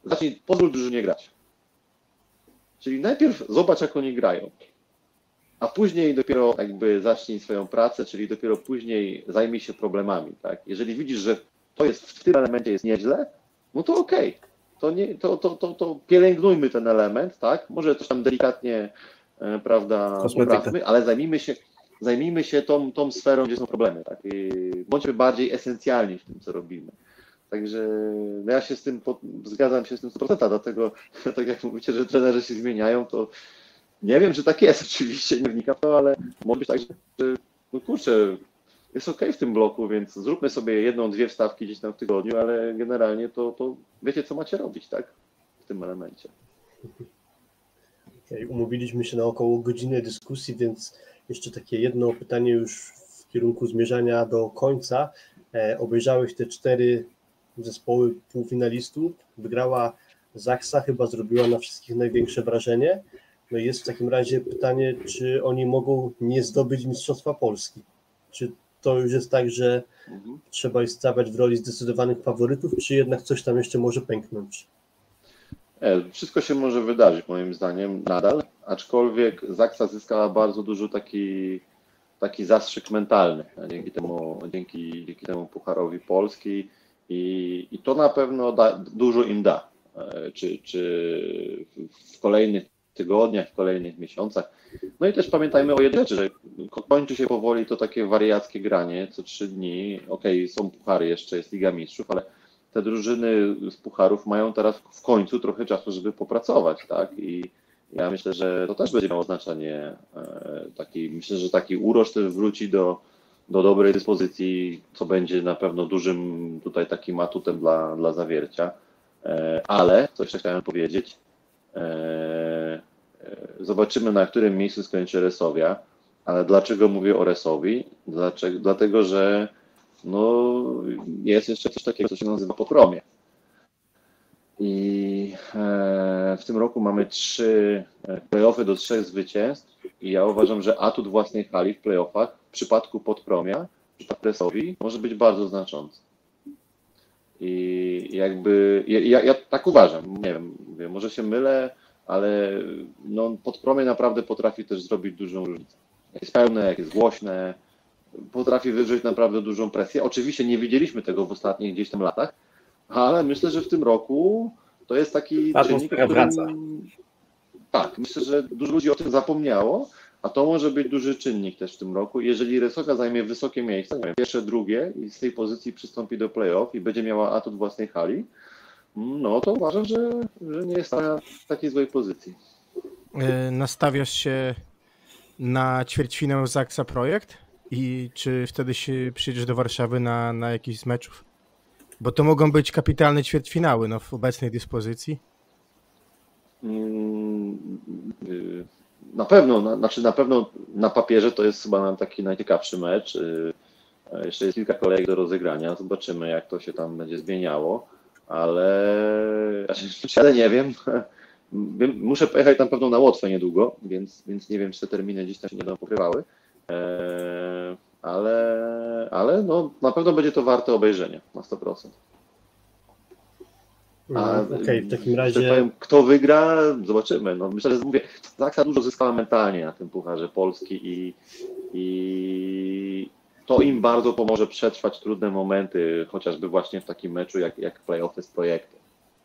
zacznij, pozwól drużynie grać. Czyli najpierw zobacz, jak oni grają, a później dopiero jakby zacznij swoją pracę, czyli dopiero później zajmij się problemami, tak? Jeżeli widzisz, że to jest w tym elemencie jest nieźle, no to okej. Okay. To, nie, to, to, to, to pielęgnujmy ten element, tak? Może coś tam delikatnie, e, prawda, poprawmy, ale zajmijmy się, zajmijmy się tą, tą sferą, gdzie są problemy, tak? I bądźmy bardziej esencjalni w tym, co robimy. Także no ja się z tym, zgadzam się z tym sto procent, dlatego tak jak mówicie, że trenerzy się zmieniają, to nie wiem, czy tak jest oczywiście, nie wnikam w to, ale może być tak, że no kurczę, jest okej w tym bloku, więc zróbmy sobie jedną, dwie wstawki gdzieś tam w tygodniu, ale generalnie to, to wiecie, co macie robić, tak? W tym elemencie. Okay, umówiliśmy się na około godziny dyskusji, więc jeszcze takie jedno pytanie już w kierunku zmierzania do końca. E, obejrzałeś te cztery zespoły półfinalistów, wygrała Zaksa, chyba zrobiła na wszystkich największe wrażenie. No i jest w takim razie pytanie, czy oni mogą nie zdobyć Mistrzostwa Polski? Czy to już jest tak, że mhm. trzeba ich stawiać w roli zdecydowanych faworytów, czy jednak coś tam jeszcze może pęknąć? Wszystko się może wydarzyć moim zdaniem nadal, aczkolwiek Zaksa zyskała bardzo dużo taki, taki zastrzyk mentalny dzięki temu, dzięki, dzięki temu Pucharowi Polski i, i to na pewno da, dużo im da, czy, czy w kolejnych tygodniach, w kolejnych miesiącach. No i też pamiętajmy o jednej rzeczy, że kończy się powoli to takie wariackie granie co trzy dni. Okej, okay, są puchary, jeszcze jest Liga Mistrzów, ale te drużyny z pucharów mają teraz w końcu trochę czasu, żeby popracować, tak? I ja myślę, że to też będzie miało znaczenie. Taki, myślę, że taki uroż też wróci do, do dobrej dyspozycji, co będzie na pewno dużym tutaj takim atutem dla, dla Zawiercia. Ale, co jeszcze chciałem powiedzieć, zobaczymy, na którym miejscu skończy Resowia, ale dlaczego mówię o Resowi? Dlaczego? Dlatego, że no, jest jeszcze coś takiego, co się nazywa popromie. I w tym roku mamy trzy play-offy do trzech zwycięstw i ja uważam, że atut własnej hali w play-offach w przypadku podpromia, w przypadku Resowi może być bardzo znaczący. I jakby, ja, ja tak uważam, nie wiem, mówię, może się mylę, ale no, podpromie naprawdę potrafi też zrobić dużą różnicę. Jak jest pełne, jak jest głośne, potrafi wywrzeć naprawdę dużą presję. Oczywiście nie widzieliśmy tego w ostatnich gdzieś tam latach, ale myślę, że w tym roku to jest taki czynnik, który... wraca. Tak, myślę, że dużo ludzi o tym zapomniało, a to może być duży czynnik też w tym roku. Jeżeli Resowia zajmie wysokie miejsce, nie wiem, pierwsze, drugie i z tej pozycji przystąpi do play-off i będzie miała atut własnej hali, no to uważam, że, że nie jest na takiej złej pozycji. Nastawiasz się na ćwierćfinał Zaksa Projekt i czy wtedy się przyjdziesz do Warszawy na, na jakiś z meczów? Bo to mogą być kapitalne ćwierćfinały no, w obecnej dyspozycji. Na pewno, na, znaczy na pewno na papierze to jest chyba taki najciekawszy mecz. Jeszcze jest kilka kolejek do rozegrania, zobaczymy jak to się tam będzie zmieniało, ale ale nie wiem. Muszę pojechać tam pewno na Łotwę niedługo, więc, więc nie wiem, czy te terminy gdzieś tam się nie będą pokrywały, ale, ale no, na pewno będzie to warte obejrzenia na sto procent. A no, okay, w takim razie... powiem, kto wygra, zobaczymy. No, myślę, że mówię, Zaksa dużo zyskała mentalnie na tym Pucharze Polski i, i to im bardzo pomoże przetrwać trudne momenty, chociażby właśnie w takim meczu jak, jak play-offy z projektem.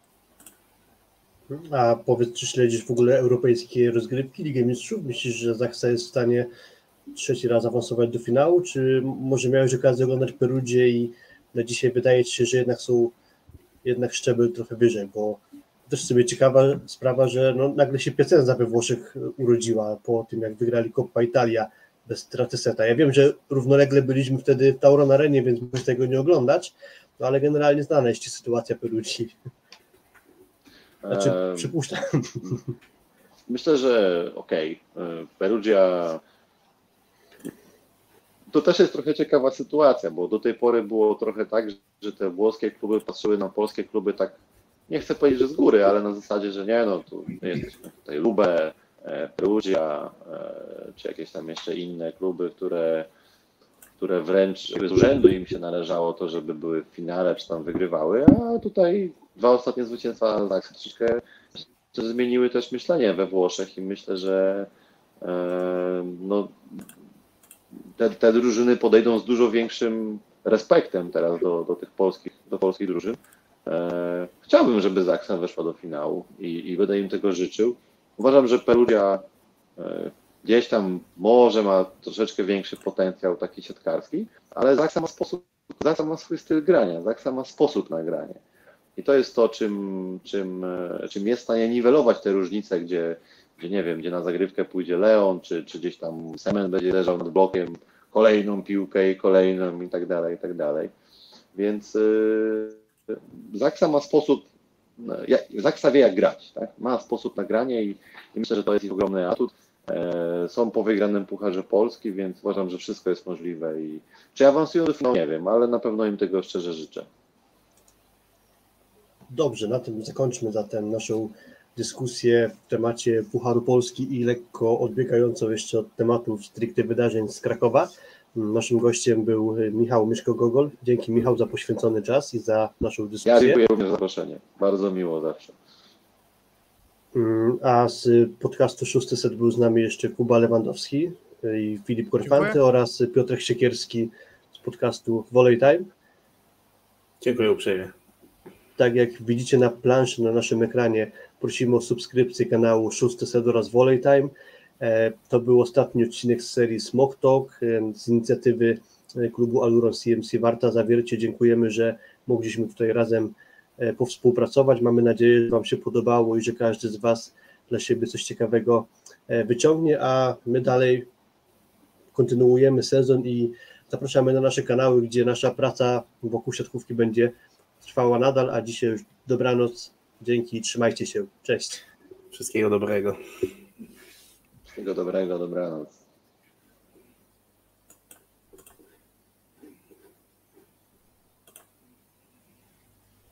A powiedz, czy śledzisz w ogóle europejskie rozgrywki Ligę Mistrzów? Myślisz, że Zaksa jest w stanie trzeci raz awansować do finału, czy może miałeś okazję oglądać Perugię i na dzisiaj wydaje ci się, że jednak są jednak szczebel trochę wyżej, bo też sobie ciekawa sprawa, że no, nagle się Piacenza we Włoszech urodziła po tym, jak wygrali Coppa Italia bez straty seta. Ja wiem, że równolegle byliśmy wtedy w Tauron Arenie, więc muszę tego nie oglądać, no, ale generalnie znana jest sytuacja Perugii. Znaczy, um, przypuszczam. Myślę, że okej, okay. Perugia to też jest trochę ciekawa sytuacja, bo do tej pory było trochę tak, że te włoskie kluby patrzyły na polskie kluby tak, nie chcę powiedzieć, że z góry, ale na zasadzie, że nie, no tu jesteśmy tutaj Lube, Perugia, czy jakieś tam jeszcze inne kluby, które, które wręcz z urzędu im się należało to, żeby były w finale czy tam wygrywały, a tutaj dwa ostatnie zwycięstwa tak, troszeczkę zmieniły też myślenie we Włoszech i myślę, że e, no, te, te drużyny podejdą z dużo większym respektem teraz do, do tych polskich, do polskich drużyn. E, chciałbym, żeby Zaksa weszła do finału i, i będę im tego życzył. Uważam, że Perugia e, gdzieś tam może ma troszeczkę większy potencjał taki siatkarski, ale Zaksa ma sposób, Zaksa ma swój styl grania, Zaksa ma sposób na granie. I to jest to, czym, czym, czym jest w stanie niwelować te różnice, gdzie, gdzie nie wiem, gdzie na zagrywkę pójdzie Leon, czy, czy gdzieś tam Semen będzie leżał nad blokiem, kolejną piłkę i kolejną i tak dalej, i tak dalej. Więc yy, Zaksa ma sposób, jak, Zaksa wie jak grać, tak? Ma sposób na granie i, i myślę, że to jest ich ogromny atut. E, są po wygranym Pucharze Polski, więc uważam, że wszystko jest możliwe i czy awansują do finału, nie wiem, ale na pewno im tego szczerze życzę. Dobrze, na tym zakończmy zatem naszą dyskusję w temacie Pucharu Polski i lekko odbiegającą jeszcze od tematów stricte wydarzeń z Krakowa. Naszym gościem był Michał Myszko-Gogol. Dzięki, Michał, za poświęcony czas i za naszą dyskusję. Ja dziękuję również za zaproszenie. Bardzo miło zawsze. A z podcastu Szósty Set był z nami jeszcze Kuba Lewandowski i Filip Korfanty oraz Piotrek Siekierski z podcastu Volley Time. Dziękuję uprzejmie. Tak jak widzicie na planszy, na naszym ekranie, prosimy o subskrypcję kanału Szósty Set oraz Volley Time. To był ostatni odcinek z serii Smok Talk z inicjatywy klubu Aluron C M C Warta Zawiercie. Dziękujemy, że mogliśmy tutaj razem powspółpracować. Mamy nadzieję, że Wam się podobało i że każdy z Was dla siebie coś ciekawego wyciągnie, a my dalej kontynuujemy sezon i zapraszamy na nasze kanały, gdzie nasza praca wokół siatkówki będzie trwała nadal, a dzisiaj już dobranoc. Dzięki, trzymajcie się. Cześć. Wszystkiego dobrego. Wszystkiego dobrego, dobranoc.